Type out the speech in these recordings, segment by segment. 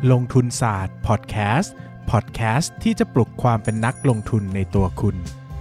ลงทุนศาสตร์พอดแคสต์ที่จะปลุกความเป็นนักลงทุนในตัวคุณ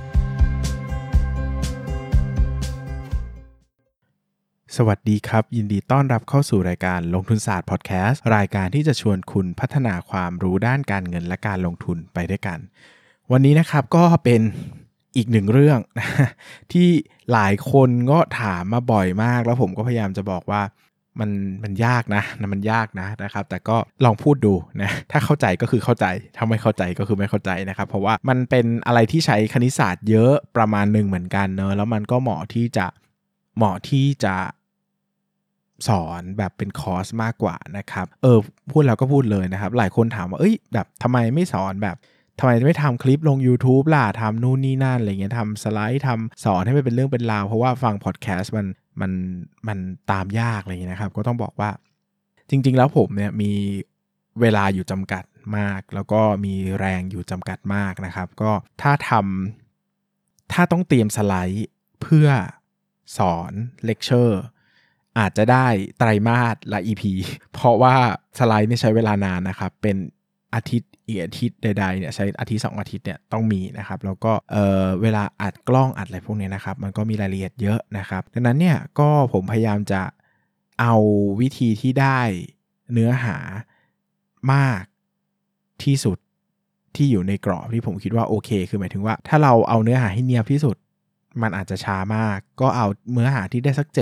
สวัสดีครับยินดีต้อนรับเข้าสู่รายการลงทุนศาสตร์พอดแคสต์รายการที่จะชวนคุณพัฒนาความรู้ด้านการเงินและการลงทุนไปด้วยกันวันนี้นะครับก็เป็นอีกหนึ่งเรื่องที่หลายคนก็ถามมาบ่อยมากแล้วผมก็พยายามจะบอกว่ามันยากนะมันยากนะครับแต่ก็ลองพูดดูนะถ้าเข้าใจก็คือเข้าใจถ้าไม่เข้าใจก็คือไม่เข้าใจนะครับเพราะว่ามันเป็นอะไรที่ใช้คณิตศาสตร์เยอะประมาณนึงเหมือนกันเนอะแล้วมันก็เหมาะที่จะสอนแบบเป็นคอร์สมากกว่านะครับพูดแล้วก็พูดเลยนะครับหลายคนถามว่าแบบทำไมไม่สอนแบบทำไมไม่ทำคลิปลง YouTube ล่ะทำนู่นนี่นั่นอะไรเงี้ยทำสไลด์ทำสอนให้มันเป็นเรื่องเป็นราวเพราะว่าฟังพอดแคสต์มันตามยากอะไรอย่างนี้นะครับก็ต้องบอกว่าจริงๆแล้วผมเนี่ยมีเวลาอยู่จำกัดมากแล้วก็มีแรงอยู่จำกัดมากนะครับก็ถ้าต้องเตรียมสไลด์เพื่อสอนเลคเชอร์อาจจะได้ไตรมาสละ EP เพราะว่าสไลด์เนี่ยใช้เวลานานนะครับเป็นอาทิตย์อีกอาทิตย์ใดๆเนี่ยใช้อาทิตย์2อาทิตย์เนี่ยต้องมีนะครับแล้วก็เวลาอัดกล้องอัดอะไรพวกนี้นะครับมันก็มีรายละเอียดเยอะนะครับดังนั้นเนี่ยก็ผมพยายามจะเอาวิธีที่ได้เนื้อหามากที่สุดที่อยู่ในกรอบที่ผมคิดว่าโอเคคือหมายถึงว่าถ้าเราเอาเนื้อหาให้เนียบที่สุดมันอาจจะช้ามากก็เอาเนื้อหาที่ได้สัก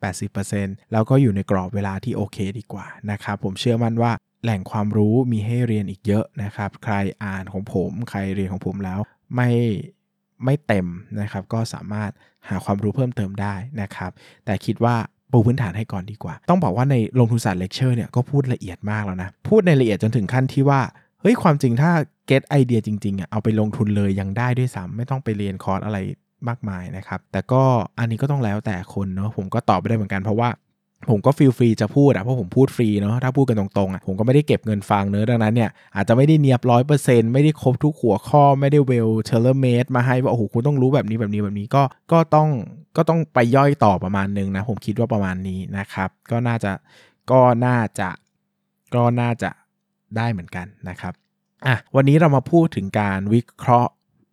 70-80% แล้วก็อยู่ในกรอบเวลาที่โอเคดีกว่านะครับผมเชื่อมั่นว่าแหล่งความรู้มีให้เรียนอีกเยอะนะครับใครอ่านของผมใครเรียนของผมแล้วไม่เต็มนะครับก็สามารถหาความรู้เพิ่มเติมได้นะครับแต่คิดว่าปูพื้นฐานให้ก่อนดีกว่าต้องบอกว่าในลงทุนศาสตร์เลคเชอร์เนี่ยก็พูดละเอียดมากแล้วนะพูดในละเอียดจนถึงขั้นที่ว่าความจริงถ้าเก็ตไอเดียจริงๆเอาไปลงทุนเลยยังได้ด้วยซ้ำไม่ต้องไปเรียนคอร์สอะไรมากมายนะครับแต่ก็อันนี้ก็ต้องแล้วแต่คนเนาะผมก็ตอบไม่ได้เหมือนกันเพราะว่าผมก็ฟีลฟรีจะพูดเพราะผมพูดฟรีเนาะถ้าพูดกันตรงๆผมก็ไม่ได้เก็บเงินฟังเนอะดังนั้นเนี่ยอาจจะไม่ได้เนียบ 100% ไม่ได้ครบทุกหัวข้อไม่ได้เวลเทเลเมดมาให้ว่าโอ้โหคุณต้องรู้แบบนี้ก็ต้องไปย่อยต่อประมาณนึงนะผมคิดว่าประมาณนี้นะครับก็น่าจะได้เหมือนกันนะครับวันนี้เรามาพูดถึงการวิเคราะห์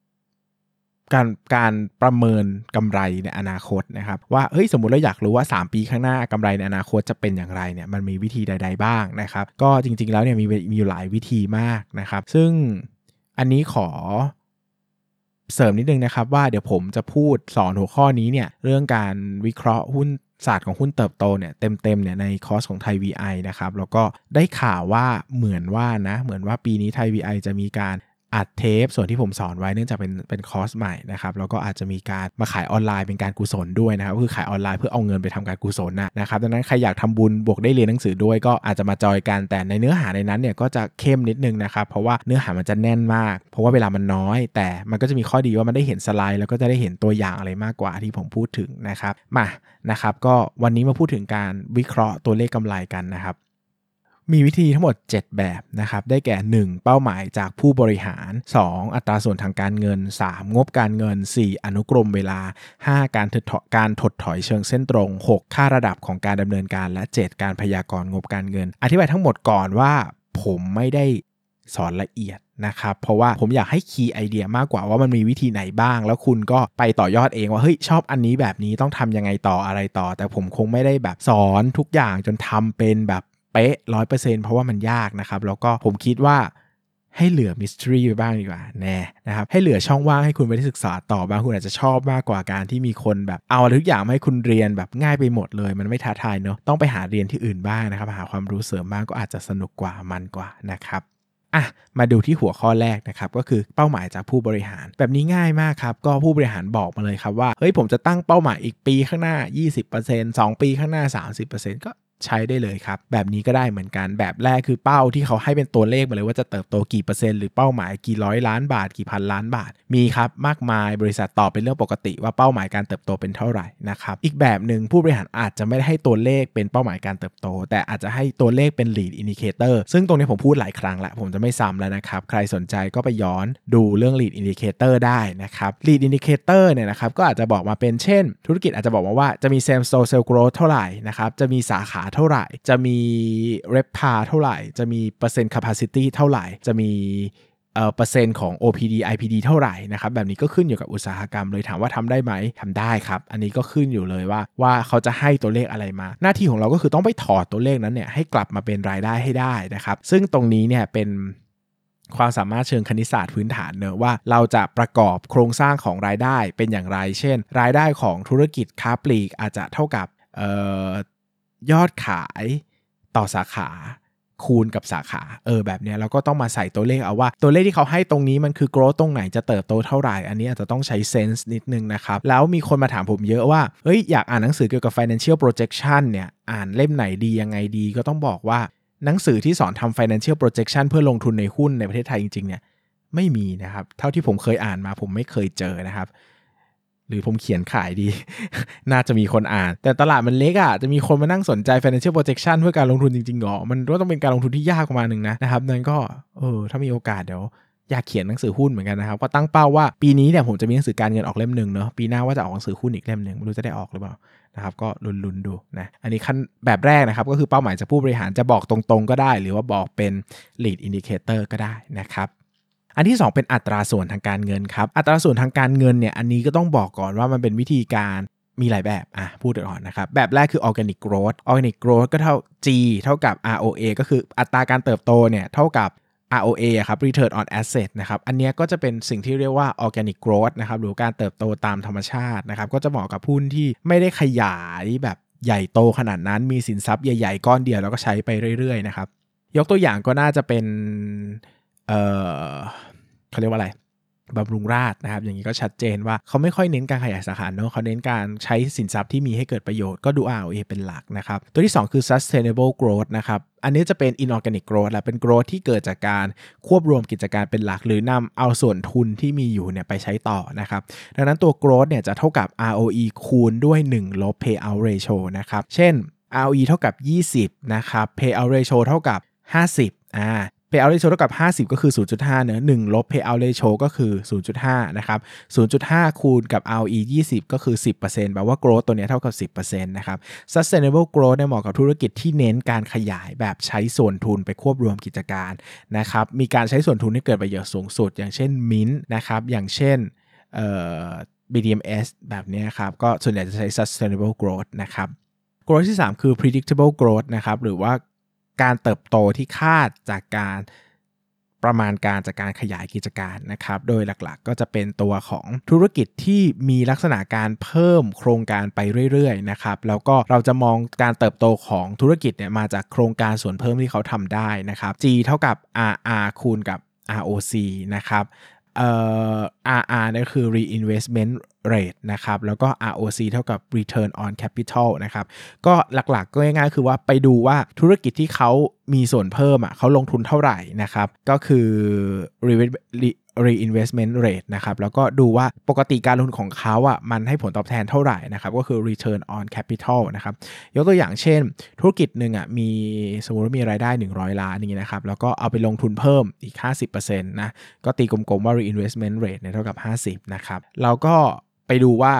การประเมินกำไรในอนาคตนะครับว่าสมมุติเราอยากรู้ว่า3ปีข้างหน้ากำไรในอนาคตจะเป็นอย่างไรเนี่ยมันมีวิธีใดๆบ้างนะครับก็จริงๆแล้วเนี่ยมีอยู่หลายวิธีมากนะครับซึ่งอันนี้ขอเสริมนิดนึงนะครับว่าเดี๋ยวผมจะพูดสอนหัวข้อนี้เนี่ยเรื่องการวิเคราะห์หุ้นศาสตร์ของหุ้นเติบโตเนี่ยเต็มเนี่ยในคอร์สของไทย VI นะครับแล้วก็ได้ข่าวว่าเหมือนว่าปีนี้ไทย VI จะมีการอัดเทปส่วนที่ผมสอนไว้เนื่องจากเป็นคอร์สใหม่นะครับแล้วก็อาจจะมีการมาขายออนไลน์เป็นการกุศลด้วยนะครับก็คือขายออนไลน์เพื่อเอาเงินไปทำการกุศลนะครับดังนั้นใครอยากทำบุญบวกได้เรียนหนังสือด้วยก็อาจจะมาจอยกันแต่ในเนื้อหาในนั้นเนี่ยก็จะเข้มนิดนึงนะครับเพราะว่าเนื้อหามันจะแน่นมากเพราะว่าเวลามันน้อยแต่มันก็จะมีข้อดีว่ามันได้เห็นสไลด์แล้วก็จะได้เห็นตัวอย่างอะไรมากกว่าที่ผมพูดถึงนะครับก็วันนี้มาพูดถึงการวิเคราะห์ตัวเลขกำไรกันนะครับมีวิธีทั้งหมด7แบบนะครับได้แก่1เป้าหมายจากผู้บริหาร2อัตราส่วนทางการเงิน3งบการเงิน4อนุกรมเวลา5การถดถอยเชิงเส้นตรง6ค่าระดับของการดำเนินการและ7การพยากรณ์งบการเงินอธิบายทั้งหมดก่อนว่าผมไม่ได้สอนละเอียดนะครับเพราะว่าผมอยากให้คีย์ไอเดียมากกว่าว่ามันมีวิธีไหนบ้างแล้วคุณก็ไปต่อยอดเองว่าชอบอันนี้แบบนี้ต้องทำยังไงต่ออะไรต่อแต่ผมคงไม่ได้แบบสอนทุกอย่างจนทำเป็นแบบเป๊ะ 100% เพราะว่ามันยากนะครับแล้วก็ผมคิดว่าให้เหลือมิสทรีไปบ้างดีกว่านะครับให้เหลือช่องว่างให้คุณไปได้ศึกษาต่อบ้างคุณอาจจะชอบมากกว่าการที่มีคนแบบเอาทุกอย่างมาให้คุณเรียนแบบง่ายไปหมดเลยมันไม่ท้าทายเนอะต้องไปหาเรียนที่อื่นบ้างนะครับหาความรู้เสริมบ้างก็อาจจะสนุกกว่ามันกว่านะครับมาดูที่หัวข้อแรกนะครับก็คือเป้าหมายจากผู้บริหารแบบนี้ง่ายมากครับก็ผู้บริหารบอกมาเลยครับว่าผมจะตั้งเป้าหมายอีกปีข้างหน้า 20% 2 ปีข้างหน้า 30% ก็ใช้ได้เลยครับแบบนี้ก็ได้เหมือนกันแบบแรกคือเป้าที่เขาให้เป็นตัวเลขมาเลยว่าจะเติบโตกี่เปอร์เซ็นต์หรือเป้าหมายกี่ร้อยล้านบาทกี่พันล้านบาทมีครับมากมายบริษัทตอบเป็นเรื่องปกติว่าเป้าหมายการเติบโตเป็นเท่าไหร่นะครับอีกแบบนึงผู้บริหารอาจจะไม่ได้ให้ตัวเลขเป็นเป้าหมายการเติบโตแต่อาจจะให้ตัวเลขเป็น lead indicator ซึ่งตรงนี้ผมพูดหลายครั้งแล้วผมจะไม่ซ้ำแล้วนะครับใครสนใจก็ไปย้อนดูเรื่อง lead indicator ได้นะครับ lead indicator เนี่ยนะครับก็อาจจะบอกมาเป็นเช่นธุรกิจอาจจะบอกมาว่าจะมี same store sales growth เท่าไหร่นะครับจะมีสาขาเท่าไหร่จะมี RevPAR เท่าไหร่จะมีเปอร์เซ็นต์ capacity เท่าไหร่จะมีเปอร์เซ็นต์ของ OPD IPD เท่าไหร่นะครับแบบนี้ก็ขึ้นอยู่กับอุตสาหกรรมเลยถามว่าทำได้ไหมทำได้ครับอันนี้ก็ขึ้นอยู่เลยว่าเขาจะให้ตัวเลขอะไรมาหน้าที่ของเราก็คือต้องไปถอดตัวเลขนั้นเนี่ยให้กลับมาเป็นรายได้ให้ได้นะครับซึ่งตรงนี้เนี่ยเป็นความสามารถเชิงคณิตศาสตร์พื้นฐานเนอะว่าเราจะประกอบโครงสร้างของรายได้เป็นอย่างไรเช่นรายได้ของธุรกิจค้าปลีกอาจจะเท่ากับยอดขายต่อสาขาคูณกับสาขาแบบนี้เราก็ต้องมาใส่ตัวเลขเอาว่าตัวเลขที่เขาให้ตรงนี้มันคือ growth ตรงไหนจะเติบโตเท่าไหร่อันนี้อาจจะต้องใช้ sense นิดนึงนะครับแล้วมีคนมาถามผมเยอะว่าอยากอ่านหนังสือเกี่ยวกับ financial projection เนี่ยอ่านเล่มไหนดียังไงดีก็ต้องบอกว่าหนังสือที่สอนทำ financial projection เพื่อลงทุนในหุ้นในประเทศไทยจริงๆเนี่ยไม่มีนะครับเท่าที่ผมเคยอ่านมาผมไม่เคยเจอนะครับหรือผมเขียนขายดี น่าจะมีคนอ่านแต่ตลาดมันเล็กอ่ะจะมีคนมานั่งสนใจ financial projection เพื่อการลงทุนจริงๆหรอมันก็ต้องเป็นการลงทุนที่ยากประมาณนึงนะครับนั้นก็ถ้ามีโอกาสเดี๋ยวอยากเขียนหนังสือหุ้นเหมือนกันนะครับก็ตั้งเป้าว่าปีนี้เนี่ยผมจะมีหนังสือการเงินออกเล่มนึงเนาะปีหน้าว่าจะออกหนังสือหุ้นอีกเล่มนึงไม่รู้จะได้ออกหรือเปล่านะครับก็ลุ้นๆดูนะอันนี้ขั้นแบบแรกนะครับก็คือเป้าหมายจากผู้บริหารจะบอกตรงๆก็ได้หรือว่าบอกเป็น lead indicator ก็ได้นะครับอันที่2เป็นอัตราส่วนทางการเงินครับอัตราส่วนทางการเงินเนี่ยอันนี้ก็ต้องบอกก่อนว่ามันเป็นวิธีการมีหลายแบบพูดก่อนนะครับแบบแรกคือ organic growth ก็เท่า G เท่ากับ ROA ก็คืออัตราการเติบโตเนี่ยเท่ากับ ROA ครับ return on asset นะครับอันนี้ก็จะเป็นสิ่งที่เรียกว่า organic growth นะครับหรือการเติบโตตามธรรมชาตินะครับก็จะเหมาะกับหุ้นที่ไม่ได้ขยายแบบใหญ่โตขนาดนั้นมีสินทรัพย์ใหญ่ๆก้อนเดียวแล้วก็ใช้ไปเรื่อยๆนะครับยกตัวอย่างก็น่าจะเป็นเขาเรียกว่าอะไรบำรุงราษฎร์นะครับอย่างนี้ก็ชัดเจนว่าเขาไม่ค่อยเน้นการขยายสาขาเนอะเขาเน้นการใช้สินทรัพย์ที่มีให้เกิดประโยชน์ก็ดู ROA เป็นหลักนะครับตัวที่2คือ sustainable growth นะครับอันนี้จะเป็น inorganic growth และเป็น growth ที่เกิดจากการควบรวมกิจการเป็นหลักหรือนำเอาส่วนทุนที่มีอยู่เนี่ยไปใช้ต่อนะครับดังนั้นตัว growth เนี่ยจะเท่ากับ ROE คูณด้วย1ลบ payout ratio นะครับเช่น ROE เท่ากับ20นะครับ payout ratio เท่ากับ50payout ratio เท่ากับ50ก็คือ 0.5 เนอะ1ลบ payout ratio ก็คือ 0.5 นะครับ 0.5 คูณกับ ROE 20ก็คือ 10% แปลว่า growth ตัวนี้เท่ากับ 10% นะครับ sustainable growth เนี่ยเหมาะกับธุรกิจที่เน้นการขยายแบบใช้ส่วนทุนไปควบรวมกิจการนะครับมีการใช้ส่วนทุนให้เกิดประโยชน์สูงสุดอย่างเช่น Mint นะครับอย่างเช่นBDMs แบบนี้ครับก็ส่วนใหญ่จะใช้ sustainable growth นะครับ growth ที่3คือ predictable growth นะครับหรือว่าการเติบโตที่คาดจากการประมาณการจากการขยายกิจการนะครับโดยหลักๆก็จะเป็นตัวของธุรกิจที่มีลักษณะการเพิ่มโครงการไปเรื่อยๆนะครับแล้วก็เราจะมองการเติบโตของธุรกิจเนี่ยมาจากโครงการส่วนเพิ่มที่เขาทำได้นะครับ G เท่ากับ RR คูณกับ ROC นะครับRR เนี่ยคือ reinvestment rate นะครับแล้วก็ ROC เท่ากับ return on capital นะครับก็หลักๆก็ง่ายๆคือว่าไปดูว่าธุรกิจที่เขามีส่วนเพิ่มเขาลงทุนเท่าไหร่นะครับก็คือ reinvestment rate นะครับแล้วก็ดูว่าปกติการลงทุนของเขามันให้ผลตอบแทนเท่าไหร่นะครับก็คือ return on capital นะครับยกตัวอย่างเช่นธุรกิจหนึ่งมีสมมุติว่ามีรายได้100ล้านอย่างนี้นะครับแล้วก็เอาไปลงทุนเพิ่มอีก 50% นะก็ตีกลมๆว่า reinvestment rate เนี่ยเท่ากับ50นะครับแล้วก็ไปดูว่า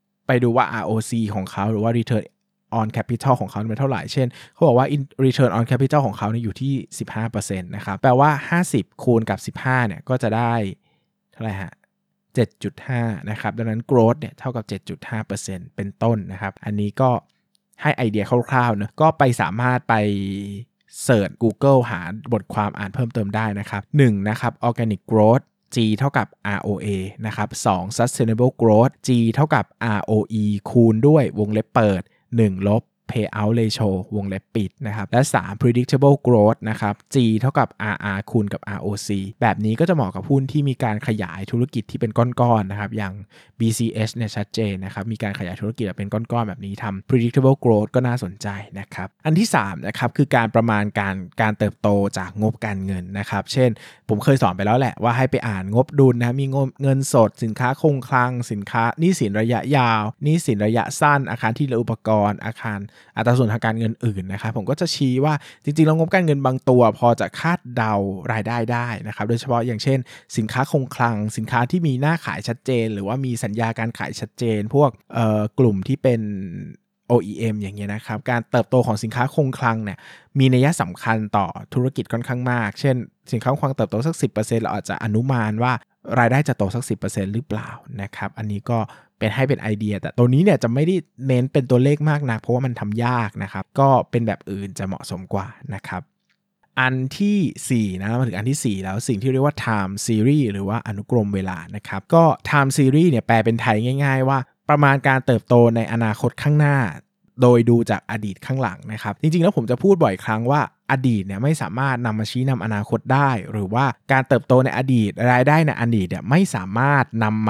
ROC ของเขาหรือว่า return on capital ของเขาเป็นเท่าไหร่เช่นเขาบอกว่า return on capital ของเขาเนี่ยอยู่ที่ 15% นะครับแปลว่า50คูณกับ15เนี่ยก็จะได้เท่าไหร่ฮะ 7.5 นะครับดังนั้น growth เนี่ยเท่ากับ 7.5% เป็นต้นนะครับอันนี้ก็ให้ไอเดียคร่าวๆเนอะก็ไปสามารถไปเสิร์ช Google หาบทความอ่านเพิ่มเติมได้นะครับ1นะครับ organic growth G เท่ากับ ROA นะครับ2 sustainable growth G เท่ากับ ROE คูณด้วยวงเล็บเปิด1ลบ payout ratio วงเล็บปิดนะครับและ3 predictable growth นะครับ G เท่ากับ RR คูณกับ ROC แบบนี้ก็จะเหมาะกับหุ้นที่มีการขยายธุรกิจที่เป็นก้อนๆนะครับอย่าง BCH เนี่ยชัดเจนนะครับมีการขยายธุรกิจเป็นก้อนๆแบบนี้ทำ predictable growth ก็น่าสนใจนะครับอันที่3นะครับคือการประมาณการเติบโตจากงบการเงินนะครับเช่นผมเคยสอนไปแล้วแหละว่าให้ไปอ่านงบดุลนะมีเงินสดสินค้าคงคลังสินค้าหนี้สินระยะยาวหนี้สินระยะสั้นอาคารที่เหลืออุปกรณ์อาคารอัตราส่วนทางการเงินอื่นนะครับผมก็จะชี้ว่าจริงๆแล้วงบการเงินบางตัวพอจะคาดเดารายได้ได้นะครับโดยเฉพาะอย่างเช่นสินค้าคงคลังสินค้าที่มีหน้าขายชัดเจนหรือว่ามีสัญญาการขายชัดเจนพวกกลุ่มที่เป็น OEM อย่างเงี้ยนะครับการเติบโตของสินค้าคงคลังเนี่ยมีนัยสำคัญต่อธุรกิจค่อนข้างมากเช่นสินค้าคงคลังเติบโตสัก 10% เราอาจจะอนุมานว่ารายได้จะโตสัก 10% หรือเปล่านะครับอันนี้ก็เป็นไอเดียแต่ตัวนี้เนี่ยจะไม่ได้เน้นเป็นตัวเลขมากนักเพราะว่ามันทำยากนะครับก็เป็นแบบอื่นจะเหมาะสมกว่านะครับอันที่4นะมาถึงอันที่4แล้วสิ่งที่เรียกว่า time series หรือว่าอนุกรมเวลานะครับก็ time series เนี่ยแปลเป็นไทยง่ายๆว่าประมาณการเติบโตในอนาคตข้างหน้าโดยดูจากอดีตข้างหลังนะครับจริงๆแล้วผมจะพูดบ่อยครั้งว่าอดีตเนี่ยไม่สามารถนำมาชี้นำอนาคตได้หรือว่าการเติบโตในอดีตรายได้ในอดีตเนี่ยไม่สามารถนำ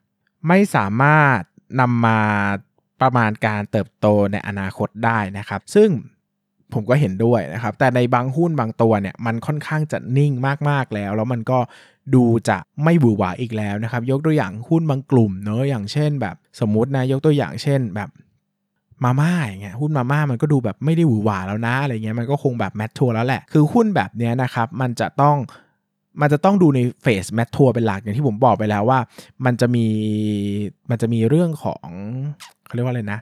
มาประมาณการเติบโตในอนาคตได้นะครับซึ่งผมก็เห็นด้วยนะครับแต่ในบางหุ้นบางตัวเนี่ยมันค่อนข้างจะนิ่งมากๆแล้วมันก็ดูจะไม่หวือหวาอีกแล้วนะครับยกตัวอย่างหุ้นบางกลุ่มเนอะอย่างเช่นแบบสมมุตินะยกตัวอย่างเช่นแบบมาม่าอย่างเงี้ยหุ้นมาม่ามันก็ดูแบบไม่ได้หวือหวาแล้วนะอะไรเงี้ยมันก็คงแบบแมททัวร์แล้วแหละคือหุ้นแบบเนี้ยนะครับมันจะต้องดูในเฟสแมททัวร์เป็นหลักอย่างที่ผมบอกไปแล้วว่ามันจะมีเรื่องของเขาเรียกว่าอะไรนะ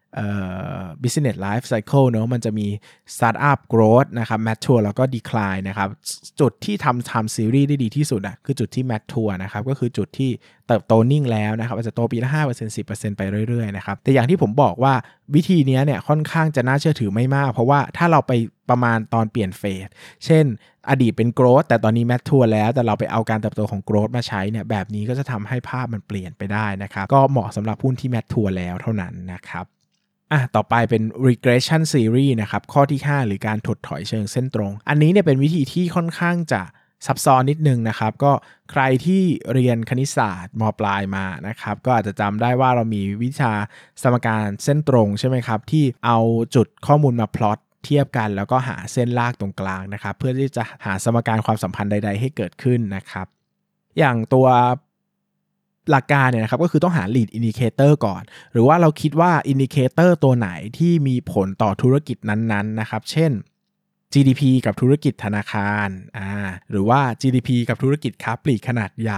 business life cycle เนอะมันจะมี startup growth นะครับ mature แล้วก็ decline นะครับจุดที่ทำ time series ได้ดีที่สุดคือจุดที่ mature นะครับก็คือจุดที่เติบโตนิ่งแล้วนะครับอาจจะโตปีละ 5% 10% ไปเรื่อยๆนะครับแต่อย่างที่ผมบอกว่าวิธีนี้เนี่ยค่อนข้างจะน่าเชื่อถือไม่มากเพราะว่าถ้าเราไปประมาณตอนเปลี่ยนเฟสเช่นอดีตเป็น growth แต่ตอนนี้ mature แล้วแต่เราไปเอาการเติบโตของ growth มาใช้เนี่ยแบบนี้ก็จะทำให้ภาพมันเปลี่ยนไปได้นะครับก็เหมาะสำหรับหุ้นที่ mature แล้วเท่านั้นนะครับต่อไปเป็น regression series นะครับข้อที่5หรือการถดถอยเชิงเส้นตรงอันนี้เนี่ยเป็นวิธีที่ค่อนข้างจะซับซ้อนนิดนึงนะครับก็ใครที่เรียนคณิตศาสตร์ม.ปลายมานะครับก็อาจจะจำได้ว่าเรามีวิชาสมการเส้นตรงใช่ไหมครับที่เอาจุดข้อมูลมาพลอตเทียบกันแล้วก็หาเส้นลากตรงกลางนะครับเพื่อที่จะหาสมการความสัมพันธ์ใดๆให้เกิดขึ้นนะครับอย่างตัวหลักการเนี่ยนะครับก็คือต้องหา lead indicator ก่อนหรือว่าเราคิดว่า indicator ตัวไหนที่มีผลต่อธุรกิจนั้นๆนะครับเช่น GDP กับธุรกิจธนาคารหรือว่า GDP กับธุรกิจค้าปลีกขนาดใหญ่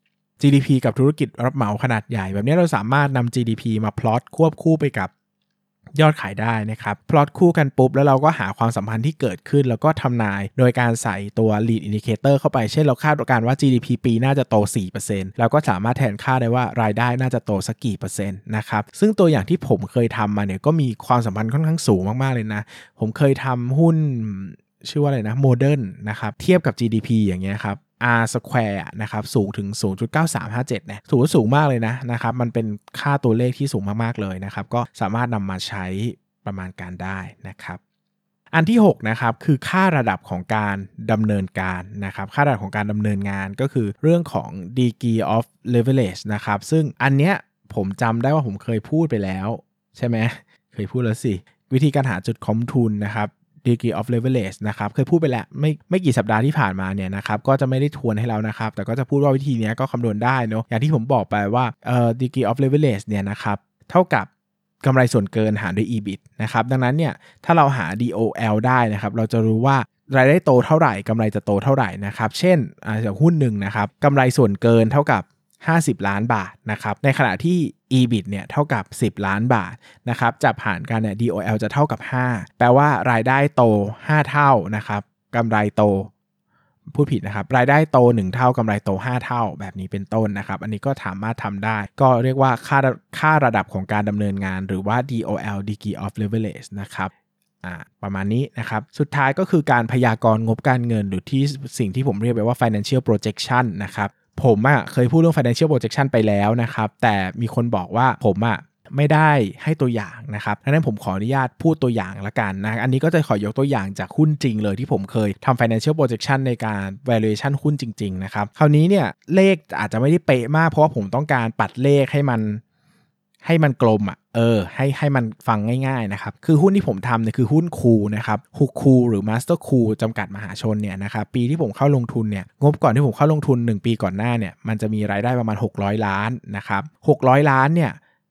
GDP กับธุรกิจรับเหมาขนาดใหญ่แบบนี้เราสามารถนำ GDP มาพลอตควบคู่ไปกับยอดขายได้นะครับพลอตคู่กันปุ๊บแล้วเราก็หาความสัมพันธ์ที่เกิดขึ้นแล้วก็ทำนายโดยการใส่ตัว lead indicator เข้าไปเช่นเราคาดการณ์ว่า GDP ปีน่าจะโต 4% เราก็สามารถแทนค่าได้ว่ารายได้น่าจะโตสักกี่เปอร์เซ็นต์นะครับซึ่งตัวอย่างที่ผมเคยทำมาเนี่ยก็มีความสัมพันธ์ค่อนข้างสูงมากๆเลยนะผมเคยทำหุ้นชื่อว่าอะไรนะโมเดิร์นนะครับเทียบกับ GDP อย่างเงี้ยครับR square นะครับสูงถึง 0.9357 เนี่ยถือว่าสูงมากเลยนะครับมันเป็นค่าตัวเลขที่สูงมากๆเลยนะครับก็สามารถนำมาใช้ประมาณการได้นะครับอันที่6นะครับคือค่าระดับของการดำเนินการนะครับค่าระดับของการดำเนินงานก็คือเรื่องของ degree of leverage นะครับซึ่งอันเนี้ยผมจำได้ว่าผมเคยพูดไปแล้วใช่ไหมเคยพูดแล้วสิวิธีการหาจุดคุ้มทุนนะครับdegree of leverage นะครับเคยพูดไปแล้วไม่กี่สัปดาห์ที่ผ่านมาเนี่ยนะครับก็จะไม่ได้ทวนให้แล้วนะครับแต่ก็จะพูดว่าวิธีนี้ก็คำนวณได้เนาะอย่างที่ผมบอกไปว่าdegree of leverage เนี่ยนะครับเท่ากับกำไรส่วนเกินหารด้วย EBIT นะครับดังนั้นเนี่ยถ้าเราหา DOL ได้นะครับเราจะรู้ว่ารายได้โตเท่าไหร่กำไรจะโตเท่าไหร่นะครับเช่นอย่างหุ้นหนึ่งนะครับกำไรส่วนเกินเท่ากับ50 ล้านบาทนะครับในขณะที่ EBIT เนี่ยเท่ากับ10 ล้านบาทนะครับจับหารกันเนี่ย DOL จะเท่ากับ5แปลว่ารายได้โต5เท่านะครับกำไรโตพูดผิดนะครับรายได้โต1เท่ากำไรโต5เท่าแบบนี้เป็นต้นนะครับอันนี้ก็สามารถทำได้ก็เรียกว่าค่าระดับของการดำเนินงานหรือว่า DOL degree of leverage นะครับประมาณนี้นะครับสุดท้ายก็คือการพยากรณ์งบการเงินหรือที่สิ่งที่ผมเรียกไปว่า financial projection นะครับผมเคยพูดเรื่อง financial projection ไปแล้วนะครับแต่มีคนบอกว่าผมไม่ได้ให้ตัวอย่างนะครับดังนั้นผมขออนุญาตพูดตัวอย่างละกันนะอันนี้ก็จะขอยกตัวอย่างจากหุ้นจริงเลยที่ผมเคยทำ financial projection ในการ valuation หุ้นจริงๆนะครับคราวนี้เนี่ยเลขอาจจะไม่ได้เป๊ะมากเพราะว่าผมต้องการปัดเลขให้มันกลมให้มันฟังง่ายๆนะครับคือหุ้นที่ผมทำเนี่ยคือหุ้นคูนะครับคูหรือ Master Cool จำกัดมหาชนเนี่ยนะครับปีที่ผมเข้าลงทุนเนี่ยงบก่อนที่ผมเข้าลงทุน1ปีก่อนหน้าเนี่ยมันจะมีรายได้ประมาณ600ล้านนะครับ600ล้านเนี่ย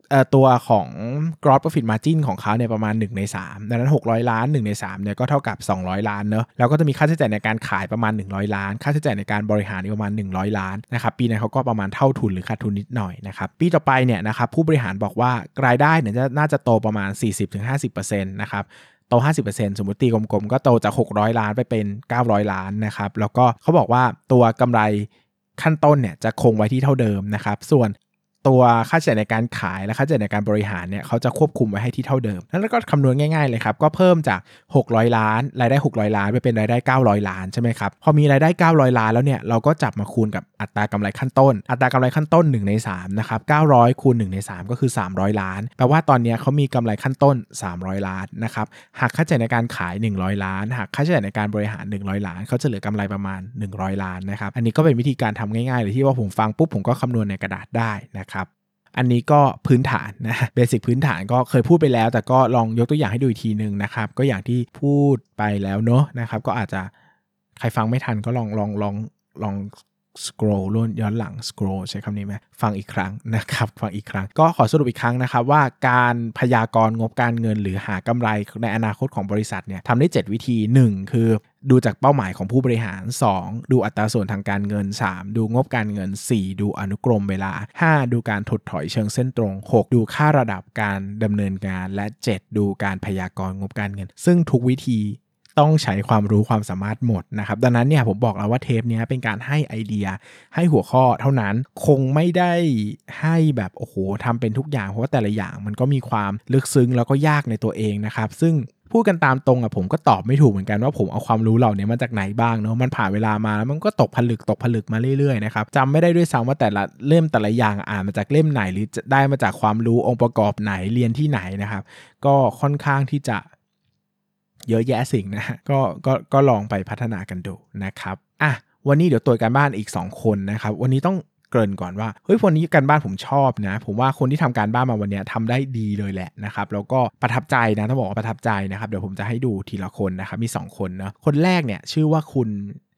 ตัวของ gross profit margin ของเขาเนี่ยประมาณ1ใน3ดังนั้น600ล้าน1ใน3เนี่ยก็เท่ากับ200ล้านเนอะแล้วก็จะมีค่าใช้จ่ายในการขายประมาณ100ล้านค่าใช้จ่ายในการบริหารประมาณ100ล้านนะครับปีนั้นเขาก็ประมาณเท่าทุนหรือขาดทุนนิดหน่อยนะครับปีต่อไปเนี่ยนะครับผู้บริหารบอกว่ารายได้เนี่ยน่าจะโตประมาณ 40-50% นะครับโต 50% สมมุติตีกลมๆก็โตจาก600ล้านไปเป็น900ล้านนะครับแล้วก็เขาบอกว่าตัวกำไรขั้นต้นเนี่ยจะคงไว้ที่เท่าเดิมนะครับส่วนตัวค่าใช้จ่ายในการขายและค่าใช้จ่ายในการบริหารเนี่ยเขาจะควบคุมไว้ให้ที่เท่าเดิมแล้วก็คำนวณง่ายๆเลยครับก็เพิ่มจาก600ล้านรายได้600ล้านไปเป็นรายได้900ล้านใช่ไหมครับพอมีรายได้900ล้านแล้วเนี่ยเราก็จับมาคูณกับอัตรากำไรขั้นต้นอัตรากำไรขั้นต้น1ใน3นะครับ900คูณ1ใน3ก็คือ300ล้านแปลว่าตอนนี้เขามีกำไรขั้นต้น300ล้านนะครับหักค่าใช้จ่ายในการขาย100ล้านหักค่าใช้จ่ายในการบริหาร100ล้านเขาจะเหลือกำไรประมาณ100ล้านนะครับอันนี้ก็เป็นวิธีการทำง่ายๆเลยที่ว่าผมฟังปุ๊บผมก็คำนวณในกระดาษได้นะครับอันนี้ก็พื้นฐานนะเบสิกพื้นฐานก็เคยพูดไปแล้วแต่ก็ลองยกตัวอย่างให้ดูอีกทีนึงนะครับก็อย่างที่พูดไปแล้วเนาะนะครับก็อาจจะใครฟังไม่ทันก็ลองscroll ล้วนย้อนหลัง scroll ใช้คำนี้ไหมฟังอีกครั้งนะครับฟังอีกครั้งก็ขอสรุปอีกครั้งนะครับว่าการพยากรณ์งบการเงินหรือหากำไรในอนาคตของบริษัทเนี่ยทำได้7วิธี1คือดูจากเป้าหมายของผู้บริหาร2ดูอัตราส่วนทางการเงิน3ดูงบการเงิน4ดูอนุกรมเวลา5ดูการถดถอยเชิงเส้นตรง6ดูค่าระดับการดำเนินงานและ7ดูการพยากรณ์งบการเงินซึ่งทุกวิธีต้องใช้ความรู้ความสามารถหมดนะครับดังนั้นเนี่ยผมบอกแล้วว่าเทปนี้เป็นการให้ไอเดียให้หัวข้อเท่านั้นคงไม่ได้ให้แบบโอ้โหทำเป็นทุกอย่างเพราะว่าแต่ละอย่างมันก็มีความลึกซึ้งแล้วก็ยากในตัวเองนะครับซึ่งพูดกันตามตรงผมก็ตอบไม่ถูกเหมือนกันว่าผมเอาความรู้เหล่านี้มาจากไหนบ้างเนาะมันผ่านเวลามาแล้วมันก็ตกผลึกมาเรื่อยๆนะครับจำไม่ได้ด้วยซ้ำว่าแต่ละเล่มแต่ละอย่างอ่านมาจากเล่มไหนหรือได้มาจากความรู้องค์ประกอบไหนเรียนที่ไหนนะครับก็ค่อนข้างที่จะเยอะแยะสิ่งนะฮะก็ลองไปพัฒนากันดูนะครับวันนี้เดี๋ยวตรวจการบ้านอีก2คนนะครับวันนี้ต้องเกริ่นก่อนว่าเฮ้ยวันนี้การบ้านผมชอบนะผมว่าคนที่ทำการบ้านมาวันนี้ทำได้ดีเลยแหละนะครับแล้วก็ประทับใจนะต้องบอกว่าประทับใจนะครับเดี๋ยวผมจะให้ดูทีละคนนะครับมี2คนนะคนแรกเนี่ยชื่อว่าคุณ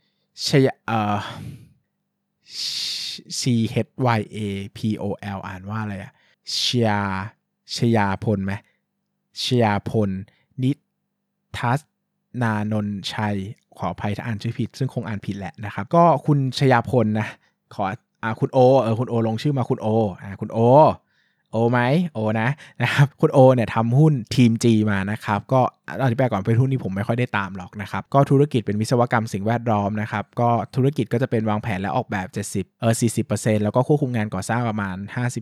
CHYAPOL อ่านว่าอะไรอะชยาพลไหมชยาพลนิทัศนานนท์ชัยขออภัยถ้าอ่านชื่อผิดซึ่งคงอ่านผิดแหละนะครับก็คุณชยาพลนะขอคุณโอคุณโอลงชื่อมาคุณโอคุณโอไหมโอนะครับคุณโอเนี่ยทำหุ้นทีม G มานะครับก็อธิบายก่อนเป็นหุ้นที่ผมไม่ค่อยได้ตามหรอกนะครับก็ธุรกิจเป็นวิศวกรรมสิ่งแวดล้อมนะครับก็ธุรกิจก็จะเป็นวางแผนและออกแบบ40% แล้วก็ควบคุมงานก่อสร้างประมาณ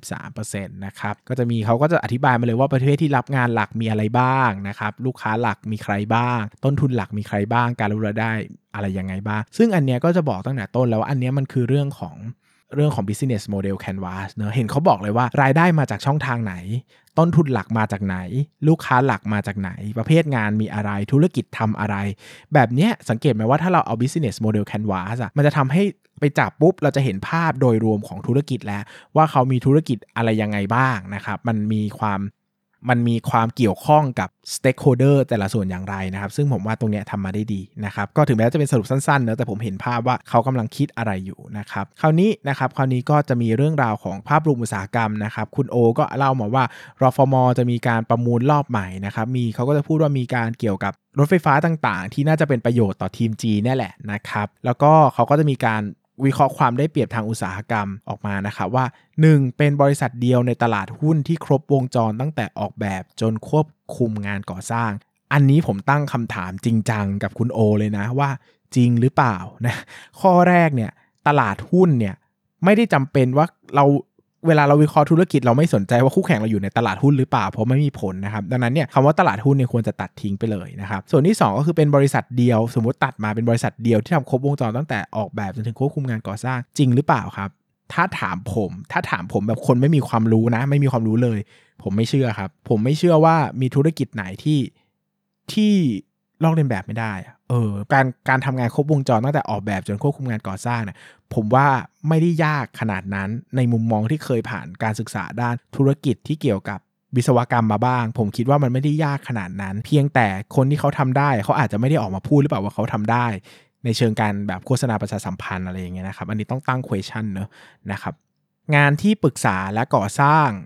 53% นะครับก็จะมีเขาก็จะอธิบายมาเลยว่าประเภทที่รับงานหลักมีอะไรบ้างนะครับลูกค้าหลักมีใครบ้างต้นทุนหลักมีใครบ้างการรู้รายได้อะไรยังไงบ้างซึ่งอันเนี้ยก็จะบอกตั้งแต่ต้นแล้วว่าอันเนี้ยมันคือเรื่องของ business model canvas เนอะเห็นเขาบอกเลยว่ารายได้มาจากช่องทางไหนต้นทุนหลักมาจากไหนลูกค้าหลักมาจากไหนประเภทงานมีอะไรธุรกิจทำอะไรแบบเนี้ยสังเกตไหมว่าถ้าเราเอา business model canvas มันจะทำให้ไปจับปุ๊บเราจะเห็นภาพโดยรวมของธุรกิจแล้วว่าเขามีธุรกิจอะไรยังไงบ้างนะครับมันมีความเกี่ยวข้องกับ stakeholder แต่ละส่วนอย่างไรนะครับซึ่งผมว่าตรงนี้ทำมาได้ดีนะครับก็ถึงแม้จะเป็นสรุปสั้นๆเนอะแต่ผมเห็นภาพว่าเขากำลังคิดอะไรอยู่นะครับคราวนี้ก็จะมีเรื่องราวของภาพรวมอุตสาหกรรมนะครับคุณโอก็เล่ามาว่ารฟม.จะมีการประมูลรอบใหม่นะครับเขาก็จะพูดว่ามีการเกี่ยวกับรถไฟฟ้าต่างๆที่น่าจะเป็นประโยชน์ต่อทีม G นี่แหละนะครับแล้วก็เขาก็จะมีการวิเคราะห์ความได้เปรียบทางอุตสาหกรรมออกมานะครับว่า1เป็นบริษัทเดียวในตลาดหุ้นที่ครบวงจรตั้งแต่ออกแบบจนควบคุมงานก่อสร้างอันนี้ผมตั้งคำถามจริงจังกับคุณโอเลยนะว่าจริงหรือเปล่านะข้อแรกเนี่ยตลาดหุ้นเนี่ยไม่ได้จำเป็นว่าเวลาเราวิเคราะห์ธุรกิจเราไม่สนใจว่าคู่แข่งเราอยู่ในตลาดหุ้นหรือเปล่าเพราะไม่มีผลนะครับดังนั้นเนี่ยคำว่าตลาดหุ้นเนี่ยควรจะตัดทิ้งไปเลยนะครับส่วนที่2ก็คือเป็นบริษัทเดียวสมมติตัดมาเป็นบริษัทเดียวที่ทำครบวงจรตั้งแต่ออกแบบจนถึงควบคุมงานก่อสร้างจริงหรือเปล่าครับถ้าถามผมแบบคนไม่มีความรู้นะไม่มีความรู้เลยผมไม่เชื่อครับผมไม่เชื่อว่ามีธุรกิจไหนที่ลอกเลียนแบบไม่ได้การทำงานครบวงจรตั้งแต่ออกแบบจนควบคุมงานก่อสร้างเนี่ยผมว่าไม่ได้ยากขนาดนั้นในมุมมองที่เคยผ่านการศึกษาด้านธุรกิจที่เกี่ยวกับวิศวกรรมมาบ้างผมคิดว่ามันไม่ได้ยากขนาดนั้นเพียงแต่คนที่เขาทำได้เขาอาจจะไม่ได้ออกมาพูดหรือเปล่าว่าเขาทำได้ในเชิงการแบบโฆษณาประชาสัมพันธ์อะไรอย่างเงี้ยนะครับอันนี้ต้องตั้ง question เนอะนะครับงานที่ปรึกษาและก่อสร้าง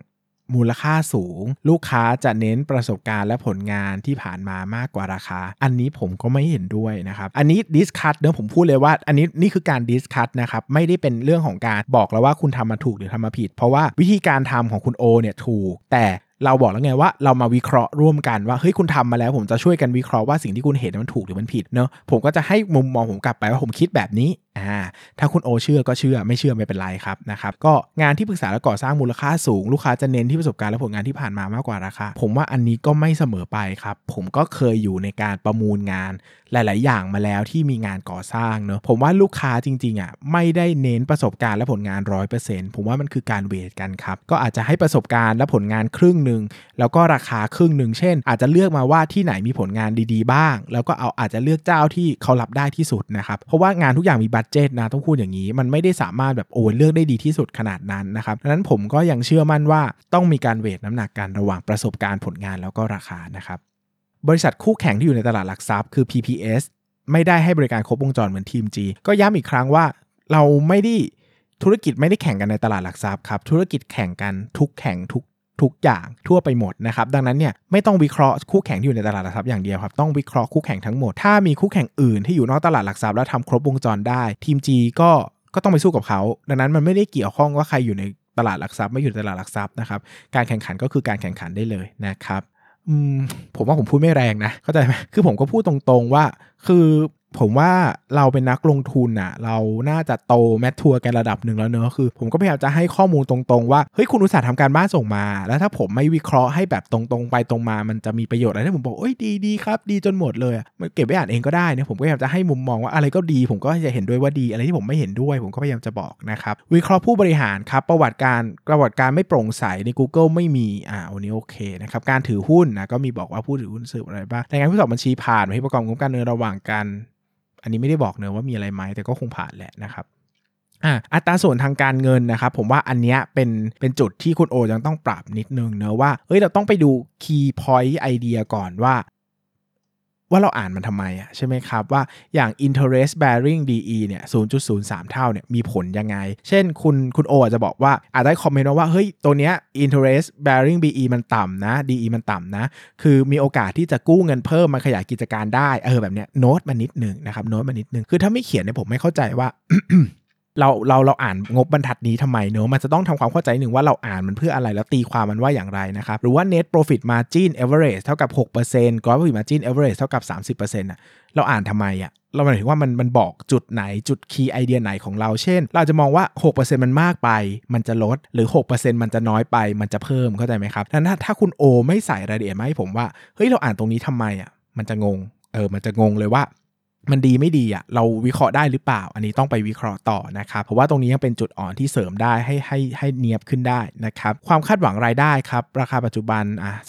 มูลค่าสูงลูกค้าจะเน้นประสบการณ์และผลงานที่ผ่านมามากกว่าราคาอันนี้ผมก็ไม่เห็นด้วยนะครับอันนี้ดิสคัทเดี๋ยวผมพูดเลยว่าอันนี้นี่คือการดิสคัทนะครับไม่ได้เป็นเรื่องของการบอกแล้วว่าคุณทำมาถูกหรือทำมาผิดเพราะว่าวิธีการทำของคุณโอเนี่ยถูกแต่เราบอกแล้วไงว่าเรามาวิเคราะห์ร่วมกันว่าเฮ้ยคุณทำมาแล้วผมจะช่วยกันวิเคราะห์ว่าสิ่งที่คุณเห็นมันถูกหรือมันผิดเนอะผมก็จะให้มุมมองผมกลับไปว่าผมคิดแบบนี้ถ้าคุณโอเชื่อก็เชื่อไม่เชื่อไม่เป็นไรครับนะครับก็งานที่ปรึกษาและก่อสร้างมูลค่าสูงลูกค้าจะเน้นที่ประสบการณ์และผลงานที่ผ่านมามากกว่าราคาผมว่าอันนี้ก็ไม่เสมอไปครับผมก็เคยอยู่ในการประมูลงานหลายๆอย่างมาแล้วที่มีงานก่อสร้างเนอะผมว่าลูกค้าจริงๆไม่ได้เน้นประสบการณ์และผลงาน 100% ผมว่ามันคือการเวทกันครับก็อาจจะให้ประสบการณ์และผลงานครึ่งนึงแล้วก็ราคาครึ่งนึงเช่นอาจจะเลือกมาว่าที่ไหนมีผลงานดีๆบ้างแล้วก็อาจจะเลือกเจ้าที่เขารับได้ที่สุดนะครับเพราะว่างานทุกอย่างมีบัดเจ็ตนะต้องพูดอย่างนี้มันไม่ได้สามารถแบบเลือกได้ดีที่สุดขนาดนั้นนะครับดังนั้นผมก็ยังเชื่อมั่นว่าต้องมีการเวทน้ำหนักกันระหว่างประสบการณ์ผลงานแล้วก็ราคานะครับบริษัทคู่แข่งที่อยู่ในตลาดหลักทรัพย์คือ PPS ไม่ได้ให้บริการครบวงจรเหมือนทีม G ก็ย้ำอีกครั้งว่าเราไม่ได้ธุรกิจไม่ได้แข่งกันในตลาดหลักทรัพย์ครับธุรกิจแข่งกันทุกอย่างทั่วไปหมดนะครับดังนั้นเนี่ยไม่ต้องวิเคราะห์คู่แข่งที่อยู่ในตลาดหลักทรัพย์อย่างเดียวครับต้องวิเคราะห์คู่แข่งทั้งหมดถ้ามีคู่แข่งอื่นที่อยู่นอกตลาดหลักทรัพย์แล้วทำครบวงจรได้ทีม G ก็ต้องไปสู้กับเขาดังนั้นมันไม่ได้เกี่ยวข้องว่าใครอยู่ในตลาดหลักทรัพย์ไม่อยู่ในตลาดหลักทรัพย์นะครับการแข่งขันก็คือการแข่งขันได้เลยนะครับผมว่าผมพูดไม่แรงนะเข้าใจไหมคือผมก็พูดตรงๆว่าคือผมว่าเราเป็นนักลงทุนเราน่าจะโตแมททัวร์กันระดับหนึ่งแล้วเนอะคือผมก็พยายามจะให้ข้อมูลตรงๆว่าเฮ้ยคุณอุตส่าห์ทำการบ้านส่งมาแล้วถ้าผมไม่วิเคราะห์ให้แบบตรงๆไปตรงมามันจะมีประโยชน์อะไรถ้าผมบอกดีครับดีจนหมดเลยมันเก็บไว้อ่านเองก็ได้นะผมก็พยายามจะให้มุมมองว่าอะไรก็ดีผมก็จะเห็นด้วยว่าดีอะไรที่ผมไม่เห็นด้วยผมก็พยายามจะบอกนะครับวิเคราะห์ผู้บริหารครับประวัติการไม่โปร่งใสใน Google ไม่มีวันนี้โอเคนะครับการถือหุ้นนะก็มีบอกว่าผู้ถือหุ้นสืบอะไรบ้างรายงานผู้สอบบัญชีผ่านให้ประกอบงบการเงินระหว่างกันอันนี้ไม่ได้บอกเนอะว่ามีอะไรไหมแต่ก็คงผ่านแหละนะครับอัตราส่วนทางการเงินนะครับผมว่าอันเนี้ยเป็นจุดที่คุณโอยังต้องปรับนิดนึงเนอะว่าเราต้องไปดู key point ไอเดียก่อนว่าเราอ่านมันทำไมใช่ไหมครับว่าอย่าง interest bearing DE เนี่ย 0.03 เท่าเนี่ยมีผลยังไงเช่นคุณโออาจจะบอกว่าอาจได้คอมเมนต์ว่าเฮ้ยตัวเนี้ย interest bearing DE มันต่ำนะ DE มันต่ำนะคือมีโอกาสที่จะกู้เงินเพิ่มมาขยายกิจการได้แบบเนี้ยโน้ตมานิดนึงนะครับโน้ตมานิดนึงคือถ้าไม่เขียนเนี่ยผมไม่เข้าใจว่า เราอ่านงบบรรทัดนี้ทำไมเนอะมันจะต้องทำความเข้าใจหนึ่งว่าเราอ่านมันเพื่ออะไรแล้วตีความมันว่าอย่างไรนะครับหรือว่า net profit margin average เท่ากับ 6% gross profit margin average เท่ากับ 30% เราอ่านทำไมเราหมายถึงว่ามันบอกจุดไหนจุด key idea ไหนของเราเช่นเราจะมองว่า 6% มันมากไปมันจะลดหรือ 6% มันจะน้อยไปมันจะเพิ่มเข้าใจไหมครับดังนั้นถ้าคุณโอไม่ใส่รายละเอียดมาให้ผมว่าเฮ้ยเราอ่านตรงนี้ทำไมมันจะงงมันจะงงเลยว่ามันดีไม่ดีเราวิเคราะห์ได้หรือเปล่าอันนี้ต้องไปวิเคราะห์ต่อนะครับเพราะว่าตรงนี้ยังเป็นจุดอ่อนที่เสริมได้ให้เนียบขึ้นได้นะครับความคาดหวังรายได้ครับราคาปัจจุบัน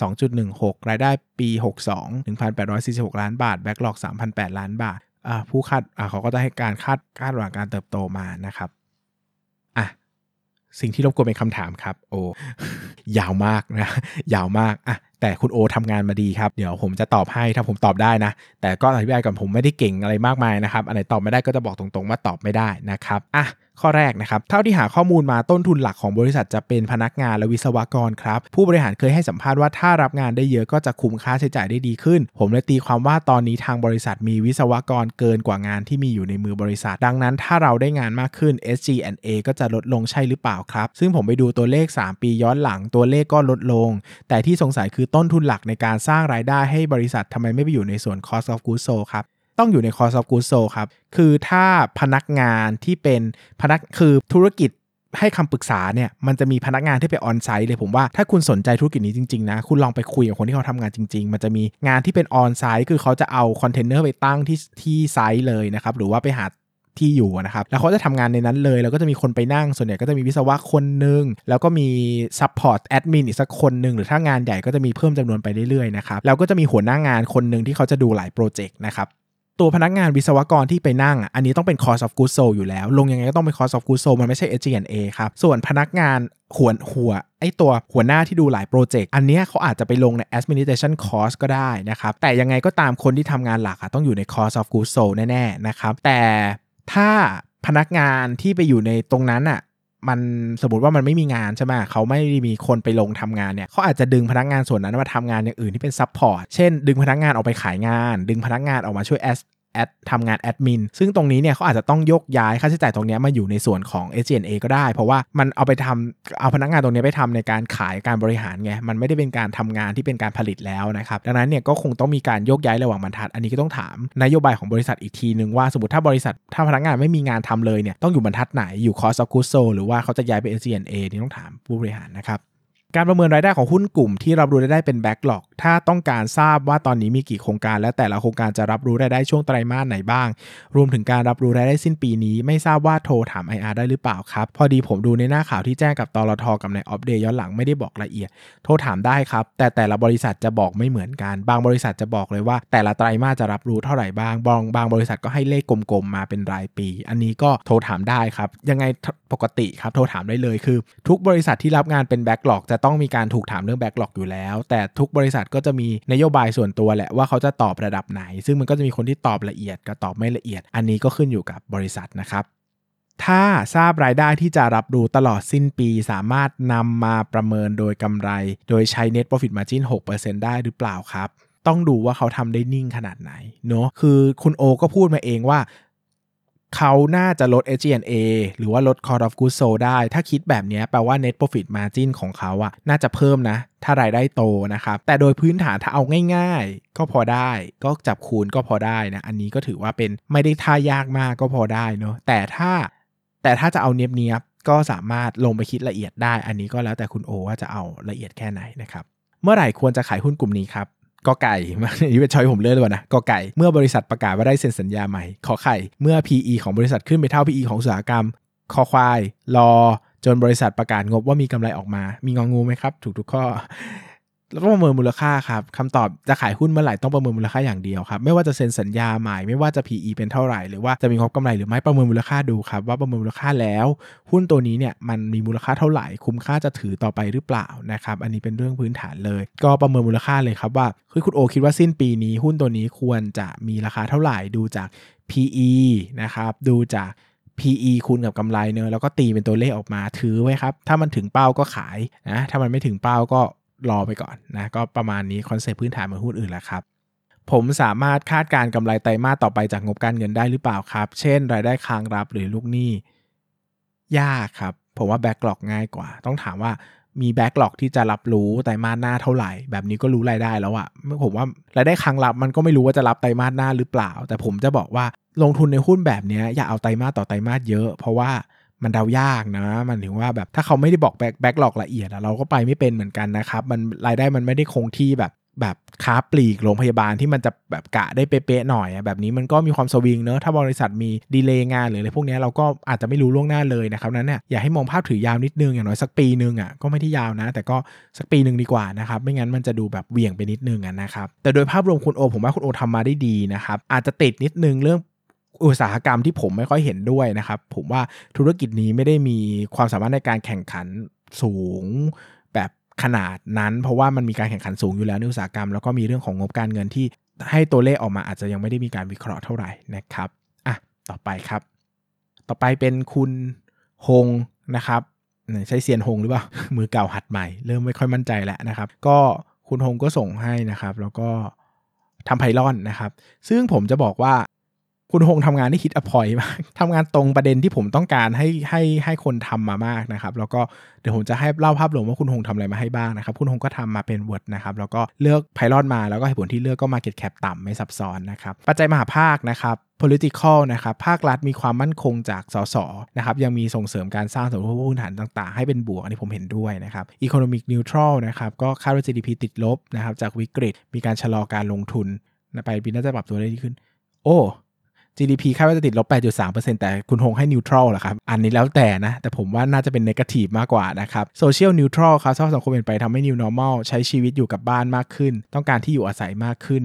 2.16 รายได้ปี62 1,846 ล้านบาทแบ็คล็อก 3,800 ล้านบาทผู้คาดเขาก็จะให้การคาดหวังการเติบโตมานะครับสิ่งที่รบกวนเป็นคำถามครับยาวมากนะยาวมากแต่คุณโอทำงานมาดีครับเดี๋ยวผมจะตอบให้ถ้าผมตอบได้นะแต่ก็อธิบายก่อนผมไม่ได้เก่งอะไรมากมายนะครับอันไหนตอบไม่ได้ก็จะบอกตรงๆว่าตอบไม่ได้นะครับข้อแรกนะครับเท่าที่หาข้อมูลมาต้นทุนหลักของบริษัทจะเป็นพนักงานและวิศวกรครับผู้บริหารเคยให้สัมภาษณ์ว่าถ้ารับงานได้เยอะก็จะคุ้มค่าใช้จ่ายได้ดีขึ้นผมเลยตีความว่าตอนนี้ทางบริษัทมีวิศวกรเกินกว่างานที่มีอยู่ในมือบริษัทดังนั้นถ้าเราได้งานมากขึ้น SG&A ก็จะลดลงใช่หรือเปล่าครับซึ่งผมไปดูตัวเลข3ปีย้อนหลังตัวเลขก็ลดลงแต่ที่สงสัยคือต้นทุนหลักในการสร้างรายได้ให้บริษัททำไมไม่ไปอยู่ในส่วน Cost of Goods Sold ครับต้องอยู่ใน Cost of Goods Sold ครับคือถ้าพนักงานที่เป็นคือธุรกิจให้คำปรึกษาเนี่ยมันจะมีพนักงานที่ไปออนไซต์เลยผมว่าถ้าคุณสนใจธุรกิจนี้จริงๆนะคุณลองไปคุยกับคนที่เขาทำงานจริงๆมันจะมีงานที่เป็นออนไซต์คือเขาจะเอาคอนเทนเนอร์ไปตั้งที่ไซต์เลยนะครับหรือว่าไปหาที่อยู่นะครับแล้วเขาจะทำงานในนั้นเลยแล้วก็จะมีคนไปนั่งส่วนใหญ่ก็จะมีวิศวะคนนึงแล้วก็มีซัพพอร์ตแอดมินอีกสักคนนึงหรือถ้างานใหญ่ก็จะมีเพิ่มจำนวนไปเรื่อยๆนะครับแล้วก็จะมีหัวหน้างานคนนึงที่เขาจะดูหลายโปรเจกต์นะครับตัวพนักงานวิศวกรที่ไปนั่งอันนี้ต้องเป็น cost of goods sold อยู่แล้วลงยังไงก็ต้องเป็น cost of goods sold มันไม่ใช่ SG&A ครับส่วนพนักงานตัวหัวหน้าที่ดูหลายโปรเจกต์อันนี้เขาอาจจะไปลงใน administration cost ก็ได้นะครับแต่ยังไงก็ตามคนที่ทำงานหลักต้องอยู่ใน cost of goods sold แน่ๆนะครับแต่ถ้าพนักงานที่ไปอยู่ในตรงนั้นมันสมมติว่ามันไม่มีงานใช่ไหมเขาไม่มีคนไปลงทำงานเนี่ยเขาอาจจะดึงพนักงานส่วนนั้นมาทำงานอย่างอื่นที่เป็นซัพพอร์ตเช่นดึงพนักงานออกไปขายงานดึงพนักงานออกมาช่วยทำงานแอดมินซึ่งตรงนี้เนี่ยเขาอาจจะต้องยกย้ายค่าใช้จ่ายตรงนี้มาอยู่ในส่วนของ SG&A ก็ได้เพราะว่ามันเอาพนักงานตรงนี้ไปทำในการขายการบริหารไงมันไม่ได้เป็นการทำงานที่เป็นการผลิตแล้วนะครับดังนั้นเนี่ยก็คงต้องมีการยกย้ายระหว่างบรรทัดอันนี้ก็ต้องถามนโยบายของบริษัทอีกทีนึงว่าสมมติถ้าพนักงานไม่มีงานทำเลยเนี่ยต้องอยู่บรรทัดไหนอยู่ cost of goods sold หรือว่าเขาจะย้ายไป SG&A นี่ต้องถามผู้บริหารนะครับการประเมินรายได้ของหุ้นกลุ่มที่รับรู้รายได้เป็นแบ็กหลอกถ้าต้องการทราบว่าตอนนี้มีกี่โครงการและแต่ละโครงการจะรับรู้รายได้ช่วงไตรมาสไหนบ้างรวมถึงการรับรู้รายได้สิ้นปีนี้ไม่ทราบว่าโทรถาม IR ได้หรือเปล่าครับพอดีผมดูในหน้าข่าวที่แจ้งกับตลท.กับในอัปเดตย้อนหลังไม่ได้บอกละเอียดโทรถามได้ครับแต่ละบริษัทจะบอกไม่เหมือนกันบางบริษัทจะบอกเลยว่าแต่ละไตรมาสจะรับรู้เท่าไหร่บ้างบางบริษัทก็ให้เลขกลมๆมาเป็นรายปีอันนี้ก็โทรถามได้ครับยังไงปกติครับโทรถามได้เลยคือทุกบริษัทที่รับงานเป็นแบ็กหลอกจะต้องมีการถูกถามเรื่องแบ็กหลอกอยู่แล้วแต่ทุกบริษัทก็จะมีนโยบายส่วนตัวแหละว่าเขาจะตอบระดับไหนซึ่งมันก็จะมีคนที่ตอบละเอียดกับตอบไม่ละเอียดอันนี้ก็ขึ้นอยู่กับบริษัทนะครับถ้าทราบรายได้ที่จะรับรู้ตลอดสิ้นปีสามารถนำมาประเมินโดยกำไรโดยใช้ Net Profit Margin 6% ได้หรือเปล่าครับต้องดูว่าเขาทำได้นิ่งขนาดไหนเนาะคือคุณโอก็พูดมาเองว่าเขาน่าจะลด SG&A หรือว่าลด Cost of Goods Sold ได้ถ้าคิดแบบนี้แปลว่า Net Profit Margin ของเขาอะน่าจะเพิ่มนะถ้ารายได้โตนะครับแต่โดยพื้นฐานถ้าเอาง่ายๆก็พอได้ก็จับคูณก็พอได้นะอันนี้ก็ถือว่าเป็นไม่ได้ท่ายากมากก็พอได้เนาะแต่ถ้าจะเอาเนียบๆก็สามารถลงไปคิดละเอียดได้อันนี้ก็แล้วแต่คุณโอว่าจะเอาละเอียดแค่ไหนนะครับเมื่อไหร่ควรจะขายหุ้นกลุ่มนี้ครับกอไก่นี่เป็นช้อยผมเลือกเลยนะกอไก่เมื่อบริษัทประกาศว่าได้เซ็นสัญญาใหม่ขอไข่เมื่อ PE ของบริษัทขึ้นไปเท่า PE ของอุตสาหกรรมคอควายรอจนบริษัทประกาศงบว่ามีกำไรออกมามีงองูไหมครับถูกทุกข้อแล้วก็ประเมินมูลค่าครับคำตอบจะขายหุ้นเมื่อไหร่ต้องประเมินมูลค่าอย่างเดียวครับไม่ว่าจะเซ็นสัญญาใหม่ไม่ว่าจะ PE เป็นเท่าไหร่หรือว่าจะมีงบกำไรหรือไม่ประเมินมูลค่าดูครับว่าประเมินมูลค่าแล้วหุ้นตัวนี้เนี่ยมันมีมูลค่าเท่าไหร่คุ้มค่าจะถือต่อไปหรือเปล่านะครับอันนี้เป็นเรื่องพื้นฐานเลยก็ประเมินมูลค่าเลยครับว่าคุณโอคิดว่าสิ้นปีนี้หุ้นตัวนี้ควรจะมีราคาเท่าไหร่ดูจาก PE นะครับดูจาก PE คูณกับกำไรเนอะแล้วก็ตีเป็นตัวเลขออกมาถือไว้ครับถ้ามันถึงเป้าก็ขายนะถ้ามันไม่ถึงเป้าก็รอไปก่อนนะก็ประมาณนี้คอนเซ็ปต์พื้นฐานเหมือนหุ้นอื่นแหละครับผมสามารถคาดการณ์กำไรไตรมาสต่อไปจากงบการเงินได้หรือเปล่าครับเช่นรายได้ค้างรับหรือลูกหนี้ยากครับผมว่าแบ็กหลอกง่ายกว่าต้องถามว่ามีแบ็กหลอกที่จะรับรู้ไตรมาสหน้าเท่าไหร่แบบนี้ก็รู้รายได้แล้วอะผมว่ารายได้ค้างรับมันก็ไม่รู้ว่าจะรับไตรมาสหน้าหรือเปล่าแต่ผมจะบอกว่าลงทุนในหุ้นแบบนี้อย่าเอาไตรมาสต่อไตรมาสเยอะเพราะว่ามันเดายากนะมันถึงว่าแบบถ้าเขาไม่ได้บอกแบ็กหลอกละเอียดเราก็ไปไม่เป็นเหมือนกันนะครับมันรายได้มันไม่ได้คงที่แบบค้าปลีกโรงพยาบาลที่มันจะแบบกะได้เป๊ะๆหน่อยแบบนี้มันก็มีความสวิงเนอะถ้าบริษัทมีดีเลย์งานหรืออะไรพวกนี้เราก็อาจจะไม่รู้ล่วงหน้าเลยนะครับนั้นเนี่ยอย่าให้มองภาพถือยาวนิดนึงอย่างน้อยสักปีนึงอ่ะก็ไม่ได้ยาวนะแต่ก็สักปีนึงดีกว่านะครับไม่งั้นมันจะดูแบบเหวี่ยงไปนิดนึงนะครับแต่โดยภาพรวมคุณโอผมว่าคุณโอทำมาได้ดีนะครับอาจจะติดนิดนึงเรื่องอุตสาหกรรมที่ผมไม่ค่อยเห็นด้วยนะครับผมว่าธุรกิจนี้ไม่ได้มีความสามารถในการแข่งขันสูงแบบขนาดนั้นเพราะว่ามันมีการแข่งขันสูงอยู่แล้วในอุตสาหกรรมแล้วก็มีเรื่องของงบการเงินที่ให้ตัวเลขออกมาอาจจะยังไม่ได้มีการวิเคราะห์เท่าไหร่นะครับต่อไปครับต่อไปเป็นคุณฮงนะครับใช้เซียนฮงหรือเปล่า มือเก่าหัดใหม่เริ่มไม่ค่อยมั่นใจแล้วนะครับก็คุณฮงก็ส่งให้นะครับแล้วก็ทำไพลอนนะครับซึ่งผมจะบอกว่าคุณฮงทำงานที่คิดอพอยมากทำงานตรงประเด็นที่ผมต้องการให้คนทำมามากนะครับแล้วก็เดี๋ยวผมจะให้เล่าภาพรวมว่าคุณฮงทำอะไรมาให้บ้างนะครับคุณฮงก็ทำมาเป็น Word นะครับแล้วก็เลือกไพลอนมาแล้วก็เหตุผลที่เลือกก็ Market Cap ต่ำไม่ซับซ้อนนะครับปัจจัยมหาภาคนะครับ political นะครับภาครัฐมีความมั่นคงจากสสนะครับยังมีส่งเสริมการสร้างสมรรถภาพพื้นฐานต่างๆให้เป็นบวกอันนี้ผมเห็นด้วยนะครับ economic neutral นะครับก็คาดว่า GDP ติดลบนะครับจากวิกฤตมีการชะลอการลงทุนไปปีน่าจะปรับตัวได้ดีขึ้นGDP คาดว่าจะติดลบ 8.3% แต่คุณฮงให้ neutral เหรอครับอันนี้แล้วแต่นะแต่ผมว่าน่าจะเป็น negative มากกว่านะครับ social neutral ครับสภาพสังคมเปลี่ยนไปทำให้ new normal ใช้ชีวิตอยู่กับบ้านมากขึ้นต้องการที่อยู่อาศัยมากขึ้น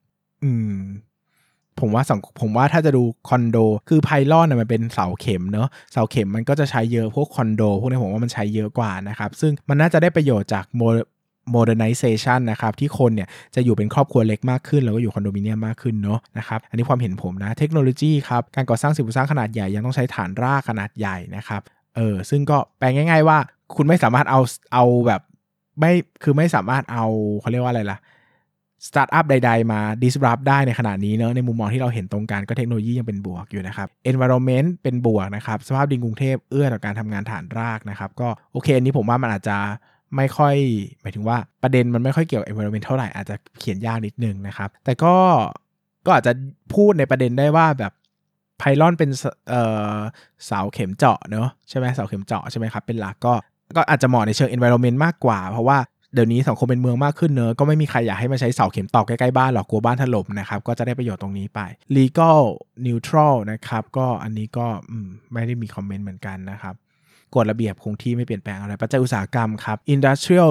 ผมว่าถ้าจะดูคอนโดคือไพลอนมันเป็นเสาเข็มเนอะเสาเข็มมันก็จะใช้เยอะพวกคอนโดพวกนี้ผมว่ามันใช้เยอะกว่านะครับซึ่งมันน่าจะได้ประโยชน์จากmodernization นะครับที่คนเนี่ยจะอยู่เป็นครอบครัวเล็กมากขึ้นแล้วก็อยู่คอนโดมิเนียมมากขึ้นเนาะนะครับอันนี้ความเห็นผมนะเทคโนโลยีครับการก่อสร้างสิ่งปลูกสร้างขนาดใหญ่ยังต้องใช้ฐานรากขนาดใหญ่นะครับซึ่งก็แปลง่ายๆว่าคุณไม่สามารถเอาแบบไม่สามารถเอาเขาเรียกว่าอะไรล่ะสตาร์ทอัพใดๆมา disrupt ได้ในขณะนี้เนอะในมุมมองที่เราเห็นตรงกันก็เทคโนโลยียังเป็นบวกอยู่นะครับ environment เป็นบวกนะครับสภาพดินกรุงเทพเอื้อต่อการทำงานฐานรากนะครับก็โอเคอันนี้ผมว่ามันอาจจะไม่ค่อยหมายถึงว่าประเด็นมันไม่ค่อยเกี่ยวกับ environment เท่าไหร่อาจจะเขียนยากนิดนึงนะครับแต่ก็อาจจะพูดในประเด็นได้ว่าแบบไพลอนเป็นเสาเข็มเจาะเนอะใช่ไหมเสาเข็มเจาะใช่ไหมครับเป็นหลักก็อาจจะเหมาะในเชิง environment มากกว่าเพราะว่าเดี๋ยวนี้สังคมเป็นเมืองมากขึ้นเนอะก็ไม่มีใครอยากให้มาใช้เสาเข็มตอกใกล้ๆบ้านหรอกกลัวบ้านถล่มนะครับก็จะได้ประโยชน์ตรงนี้ไป legal neutral นะครับก็อันนี้ก็ไม่ได้มีคอมเมนต์เหมือนกันนะครับกฎระเบียบคงที่ไม่เปลี่ยนแปลงอะไรปัจจัยอุตสาหกรรมครับ industrial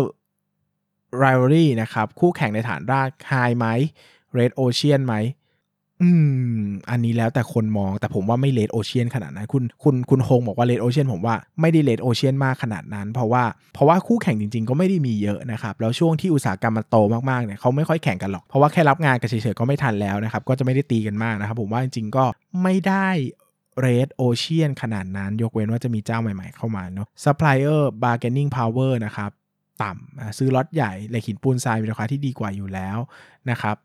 rivalry นะครับคู่แข่งในฐานราก high ไหม red ocean ไหมอันนี้แล้วแต่คนมองแต่ผมว่าไม่ red ocean ขนาดนั้นคุณโฮงบอกว่า red ocean ผมว่าไม่ได้ red ocean มากขนาดนั้นเพราะว่าคู่แข่งจริงๆก็ไม่ได้มีเยอะนะครับแล้วช่วงที่อุตสาหกรรมมันโตมากๆเนี่ยเขาไม่ค่อยแข่งกันหรอกเพราะว่าแค่รับงานกันเฉยๆก็ไม่ทันแล้วนะครับก็จะไม่ได้ตีกันมากนะครับผมว่าจริงๆก็ไม่ได้ red ocean ขนาดนั้นยกเว้นว่าจะมีเจ้าใหม่ๆเข้ามาเนาะ supplier bargaining power นะครับต่ำซื้อล็อตใหญ่เหล็กหินปูนทรายมีราคาที่ดีกว่าอยู่แล้วนะครับ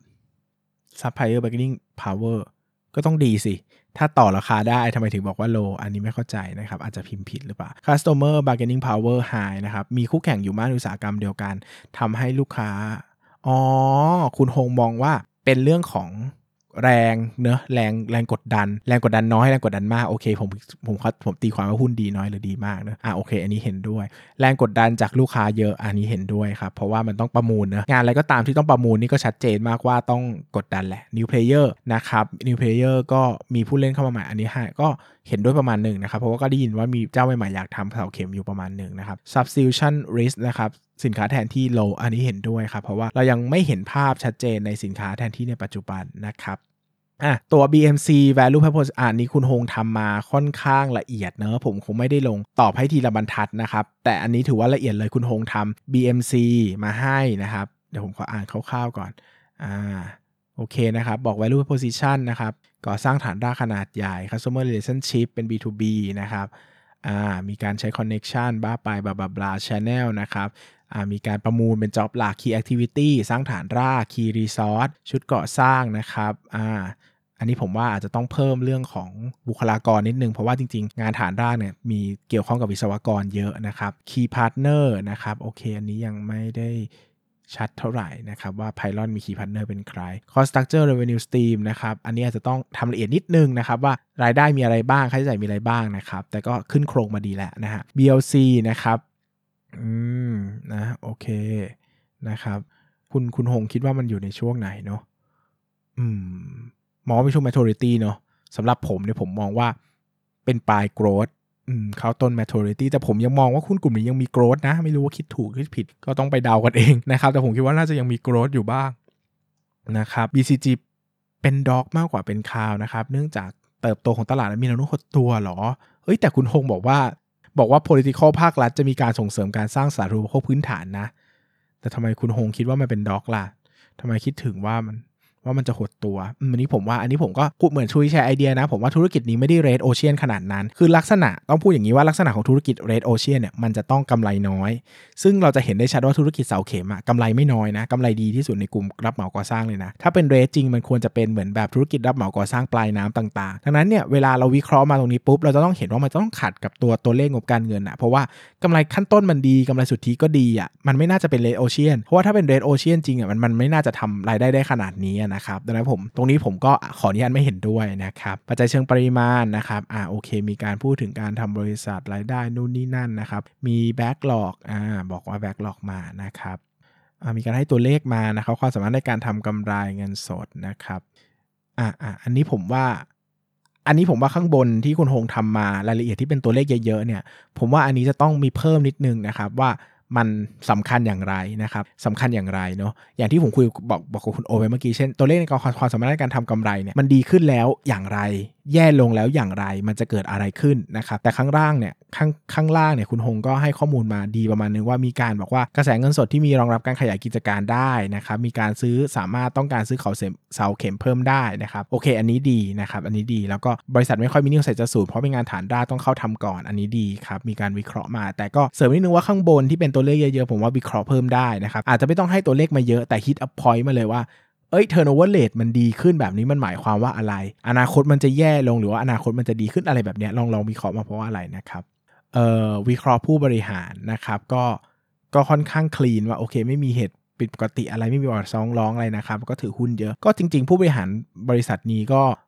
supplier bargaining power ก็ต้องดีสิถ้าต่อราคาได้ทำไมถึงบอกว่า low อันนี้ไม่เข้าใจนะครับอาจจะพิมพ์ผิดหรือเปล่า customer bargaining power high นะครับมีคู่แข่งอยู่มากในอุตสาหกรรมเดียวกันทำให้ลูกค้าคุณโฮงมองว่าเป็นเรื่องของแรงเนอะแรงกดดันน้อยแรงกดดันมากโอเคผมตีความว่าหุ้นดีน้อยหรือดีมากเนอะโอเคอันนี้เห็นด้วยแรงกดดันจากลูกค้าเยอะอันนี้เห็นด้วยครับเพราะว่ามันต้องประมูลเนอะงานอะไรก็ตามที่ต้องประมูลนี่ก็ชัดเจนมากว่าต้องกดดันแหละ new player นะครับ new player ก็มีผู้เล่นเข้ามาใหม่อันนี้ก็เห็นด้วยประมาณหนึ่งนะครับเพราะว่าก็ได้ยินว่ามีเจ้าใหม่ๆอยากทำเสาเข็มอยู่ประมาณหนึ่งนะครับ substitution risk นะครับสินค้าแทนที่ low อันนี้เห็นด้วยครับเพราะว่าเรายังไม่เห็นภาพชัดเจนในสินค้าแทนที่ในปัจจุบันนะครับตัว BMC value proposition นี้คุณโฮงทำมาค่อนข้างละเอียดเนอะผมคงไม่ได้ลงตอบให้ทีละบรรทัดนะครับแต่อันนี้ถือว่าละเอียดเลยคุณโฮงทำ BMC มาให้นะครับเดี๋ยวผมขออ่านคร่าวๆก่อนโอเคนะครับบอก value proposition นะครับก่อสร้างฐานรากขนาดใหญ่ customer relationship เป็น B2B นะครับมีการใช้ connection บ้าไปบลา channel นะครับมีการประมูลเป็น job หลัก key activity สร้างฐานราก key resource ชุดก่อสร้างนะครับอันนี้ผมว่าอาจจะต้องเพิ่มเรื่องของบุคลากรนิดนึงเพราะว่าจริงๆงานฐานรากเนี่ยมีเกี่ยวข้องกับวิศวกรเยอะนะครับ key partner นะครับโอเคอันนี้ยังไม่ได้ชัดเท่าไหร่นะครับว่า Pylon มี key partner เป็นใคร cost structure revenue stream นะครับอันนี้อาจจะต้องทำละเอียดนิดนึงนะครับว่ารายได้มีอะไรบ้างค่าใช้จ่ายมีอะไรบ้างนะครับแต่ก็ขึ้นโครงมาดีแล้วนะฮะ BLC นะครับนะโอเคนะครับคุณโฮงคิดว่ามันอยู่ในช่วงไหนเนาะมองว่าเป็นช่วง maturity เนาะสำหรับผมเนี่ยผมมองว่าเป็นปลาย growth เข้าต้น maturity แต่ผมยังมองว่าหุ้นกลุ่มนี้ยังมี growth นะไม่รู้ว่าคิดถูกคิดผิดก็ต้องไปเดากันเองนะครับแต่ผมคิดว่าน่าจะยังมี growth อยู่บ้างนะครับ BCG เป็นดอกมากกว่าเป็นคาวนะครับเนื่องจากเติบโตของตลาดมีแนวโน้มหดตัวหรอแต่คุณโฮงบอกว่า political ภาครัฐจะมีการส่งเสริมการสร้างสาธารณูปโภคพื้นฐานนะแต่ทำไมคุณโฮงคิดว่ามันเป็นด็อกล่ะทำไมคิดถึงว่ามันจะหดตัวอันนี้ผมก็เหมือนช่วยแชร์ไอเดียนะผมว่าธุรกิจนี้ไม่ได้ red ocean ขนาดนั้นคือลักษณะต้องพูดอย่างนี้ว่าลักษณะของธุรกิจ red ocean เนี่ยมันจะต้องกำไรน้อยซึ่งเราจะเห็นได้ชัดว่าธุรกิจเสาเข็มกำไรไม่น้อยนะกำไรดีที่สุดในกลุ่มรับเหมาก่อสร้างเลยนะถ้าเป็น red จริงมันควรจะเป็นเหมือนแบบธุรกิจรับเหมาก่อสร้างปลายน้ำต่างๆดังนั้นเนี่ยเวลาเราวิเคราะห์มาตรงนี้ปุ๊บเราจะต้องเห็นว่ามันต้องขัดกับตัวเลขงบการเงินเพราะว่ากำไรขั้นต้นมันดีกำไรสุทธิก็ดีมันไม่น่าจะเป็น red ocean เพราะว่าถ้าเป็น red ocean จริงมันไม่น่าจะทำรายได้ขนาดนี้นะครับดังนั้นตรงนี้ผมก็ขออนุญาตไม่เห็นด้วยนะครับปัจจัยเชิงปริมาณนะครับโอเคมีการพูดถึงการทำบริษัทรายได้นู่นนี่นั่นนะครับมีแบ็กหลอกบอกว่าแบ็กหลอกมานะครับมีการให้ตัวเลขมานะครับความสามารถในการทำกำไรเงินสดนะครับอันนี้ผมว่าข้างบนที่คุณโฮงทำมารายละเอียดที่เป็นตัวเลขเยอะๆเนี่ยผมว่าอันนี้จะต้องมีเพิ่มนิดนึงนะครับว่ามันสำคัญอย่างไรนะครับสำคัญอย่างไรเนาะอย่างที่ผมคุยบอกกับคุณโอไปเมื่อกี้เช่นตัวเลขในความสามารถในการทำกำไรเนี่ยมันดีขึ้นแล้วอย่างไรแย่ลงแล้วอย่างไรมันจะเกิดอะไรขึ้นนะครับแต่ข้างล่างเนี่ยข้างล่างเนี่ยคุณฮงก็ให้ข้อมูลมาดีประมาณนึงว่ามีการบอกว่ากระแสเงินสดที่มีรองรับการขยายกิจการได้นะครับมีการซื้อสามารถต้องการซื้อเสาเข็มเพิ่มได้นะครับโอเคอันนี้ดีนะครับอันนี้ดีแล้วก็บริษัทไม่ค่อยมีหนี้ใส่จะสูญเพราะเป็นงานฐานรากต้องเข้าทำก่อนอันนี้ดีครับมีการวิเคราะห์มาแต่ก็เสริมนิดนึงว่าข้างบนที่เป็นตัวเลขเยอะๆผมว่าวิเคราะห์เพิ่มได้นะครับอาจจะไม่ต้องให้ตัวเลขมาเยอะแต่ hit a point มาเลยว่าturnover rate มันดีขึ้นแบบนี้มันหมายความว่าอะไรอนาคตมันจะแย่ลงหรือว่าอนาคตมันจะดีขึ้นอะไรแบบนี้ลองวิเคราะห์มาเพราะว่าอะไรนะครับวิเคราะห์ผู้บริหารนะครับก็ค่อนข้างคลีนว่าโอเคไม่มีเหตุผิดปกติอะไรไม่มีประวัติฟ้องร้องอะไรนะครับก็ถือหุ้นเยอะก็จริงๆผู้บริหารบริษัทนี้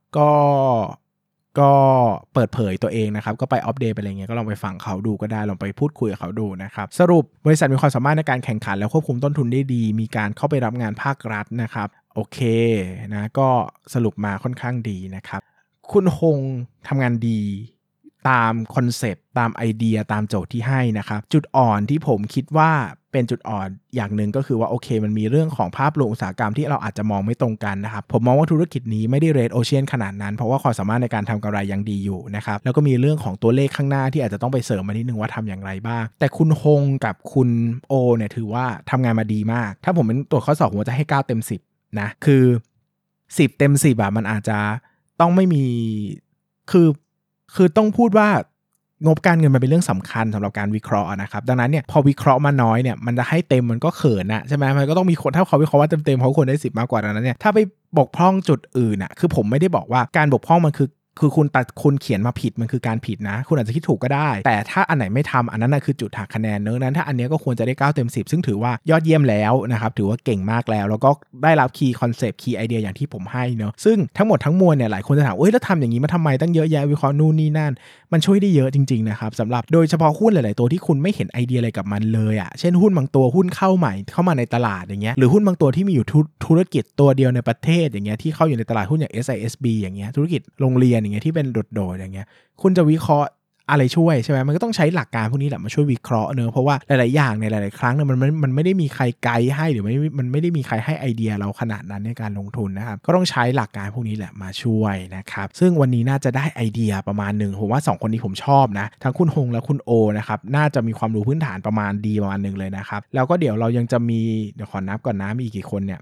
ก็เปิดเผยตัวเองนะครับก็ไปอัปเดตไปอะไรเงี้ยก็ลองไปฟังเขาดูก็ได้ลองไปพูดคุยกับเขาดูนะครับสรุปบริษัทมีความสามารถในการแข่งขันและควบคุมต้นทุนได้ดีมีการเข้าไปรับงานภาครัฐนะครับโอเคนะก็สรุปมาค่อนข้างดีนะครับคุณฮงทำงานดีตามคอนเซปต์ตามไอเดียตามโจทย์ที่ให้นะครับจุดอ่อนที่ผมคิดว่าเป็นจุดอ่อนอย่างหนึ่งก็คือว่าโอเคมันมีเรื่องของภาพรวมอุตสาหกรรมที่เราอาจจะมองไม่ตรงกันนะครับผมมองว่าธุรกิจนี้ไม่ได้เรดโอเชียนขนาดนั้นเพราะว่าความสามารถในการทำกำไรยังดีอยู่นะครับแล้วก็มีเรื่องของตัวเลขข้างหน้าที่อาจจะต้องไปเสริมมานิดนึงว่าทำอย่างไรบ้างแต่คุณฮงกับคุณโอเนี่ยถือว่าทำงานมาดีมากถ้าผมเป็นตัวข้อสอบผมจะให้9เต็ม10นะคือ10เต็ม10แบบมันอาจจะต้องไม่มีคือต้องพูดว่างบการเงินมันเป็นเรื่องสำคัญสำหรับการวิเคราะห์นะครับดังนั้นเนี่ยพอวิเคราะห์มาน้อยเนี่ยมันจะให้เต็มมันก็เขินนะใช่ไหมมันก็ต้องมีคนถ้าเขาวิเคราะห์ว่าเต็มเขาควรได้10มากกว่าดังนั้นเนี่ยถ้าไปบกพร่องจุดอื่นคือผมไม่ได้บอกว่าการบกพร่องมันคือคุณเขียนมาผิดมันคือการผิดนะคุณอาจจะคิดถูกก็ได้แต่ถ้าอันไหนไม่ทำอันนั้นคือจุดหักคะแนนเนอะนั้นถ้าอันนี้ก็ควรจะได้9เต็ม10ซึ่งถือว่ายอดเยี่ยมแล้วนะครับถือว่าเก่งมากแล้วก็ได้รับคีย์คอนเซปต์คีย์ไอเดียอย่างที่ผมให้เนอะซึ่งทั้งหมดทั้งมวลเนี่ยหลายคนจะถามแล้วทำอย่างนี้มาทำไมตั้งเยอะแยะวิเคราะห์นู่นนี่นั่นมันช่วยได้เยอะจริงๆนะครับสำหรับโดยเฉพาะหุ้นหลายๆตัวที่คุณไม่เห็นไอเดียอะไรกับมันเลยเช่นหุ้นบางตัวหุ้นเข้าใหม่เข้ามาในตลาดอย่างเงี้ยหรือหุ้นบางตัวที่มีอยู่ธุรกิจตัวเดียวในประเทศอย่างเงี้ยที่เข้าอยู่ในตลาดหุ้นอย่าง SISB อย่างเงี้ยธุรกิจโรงเรียนอย่างเงี้ยที่เป็นโดดอย่างเงี้ยคุณจะวิเคราะห์อะไรช่วยใช่ไหมมันก็ต้องใช้หลักการพวกนี้แหละมาช่วยวิเคราะห์เนอะเพราะว่าหลายๆอย่างในหลายๆครั้งเนี่ยมันไม่ได้มีใครไกด์ให้หรือมันไม่ได้มีใครให้ไอเดียเราขนาดนั้นในการลงทุนนะครับก็ต้องใช้หลักการพวกนี้แหละมาช่วยนะครับซึ่งวันนี้น่าจะได้ไอเดียประมาณนึงผมว่า2คนนี้ผมชอบนะทั้งคุณฮงและคุณโอนะครับน่าจะมีความรู้พื้นฐานประมาณดีประมาณนึงเลยนะครับแล้วก็เดี๋ยวเรายังจะมีเดี๋ยวขอนับก่อนนะมีกี่คนเนี่ย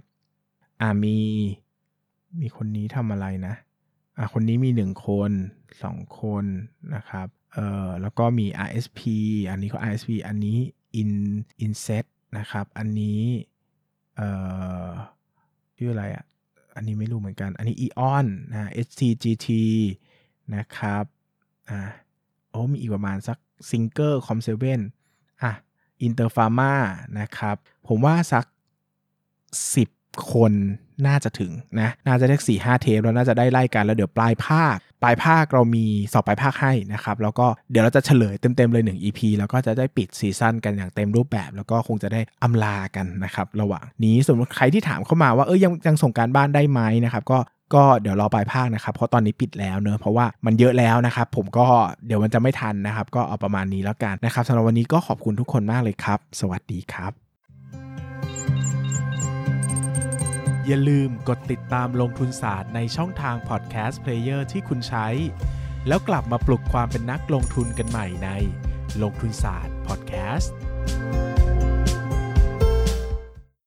มีคนนี้ทำอะไรนะคนนี้มี1คน2คนนะครับแล้วก็มี RSP อันนี้ก็ RSP อันนี้ Inset นะครับอันนี้ชื่ออะไรอันนี้ไม่รู้เหมือนกันอันนี้ Eon HTGT นะครับมีอีกประมาณสัก Singer Com7 Interpharma นะครับผมว่าสัก10คนน่าจะถึงนะน่าจะได้ 4-5 เทปแล้วน่าจะได้ไล่กันแล้วเดี๋ยวปลายภาคเรามีสอบปลายภาคให้นะครับแล้วก็เดี๋ยวเราจะเฉลยเต็มๆเลย1 EP แล้วก็จะได้ปิดซีซั่นกันอย่างเต็มรูปแบบแล้วก็คงจะได้อำลากันนะครับระหว่างนี้สมมติใครที่ถามเข้ามาว่ายังส่งการบ้านได้ไหมนะครับก็เดี๋ยวรอปลายภาคนะครับเพราะตอนนี้ปิดแล้วเนอะเพราะว่ามันเยอะแล้วนะครับผมก็เดี๋ยวมันจะไม่ทันนะครับก็เอาประมาณนี้แล้วกันนะครับสำหรับวันนี้ก็ขอบคุณทุกคนมากเลยครับสวัสดีครับอย่าลืมกดติดตามลงทุนศาสตร์ในช่องทางพอดแคสต์เพลเยอร์ที่คุณใช้แล้วกลับมาปลุกความเป็นนักลงทุนกันใหม่ในลงทุนศาสตร์พอดแคสต์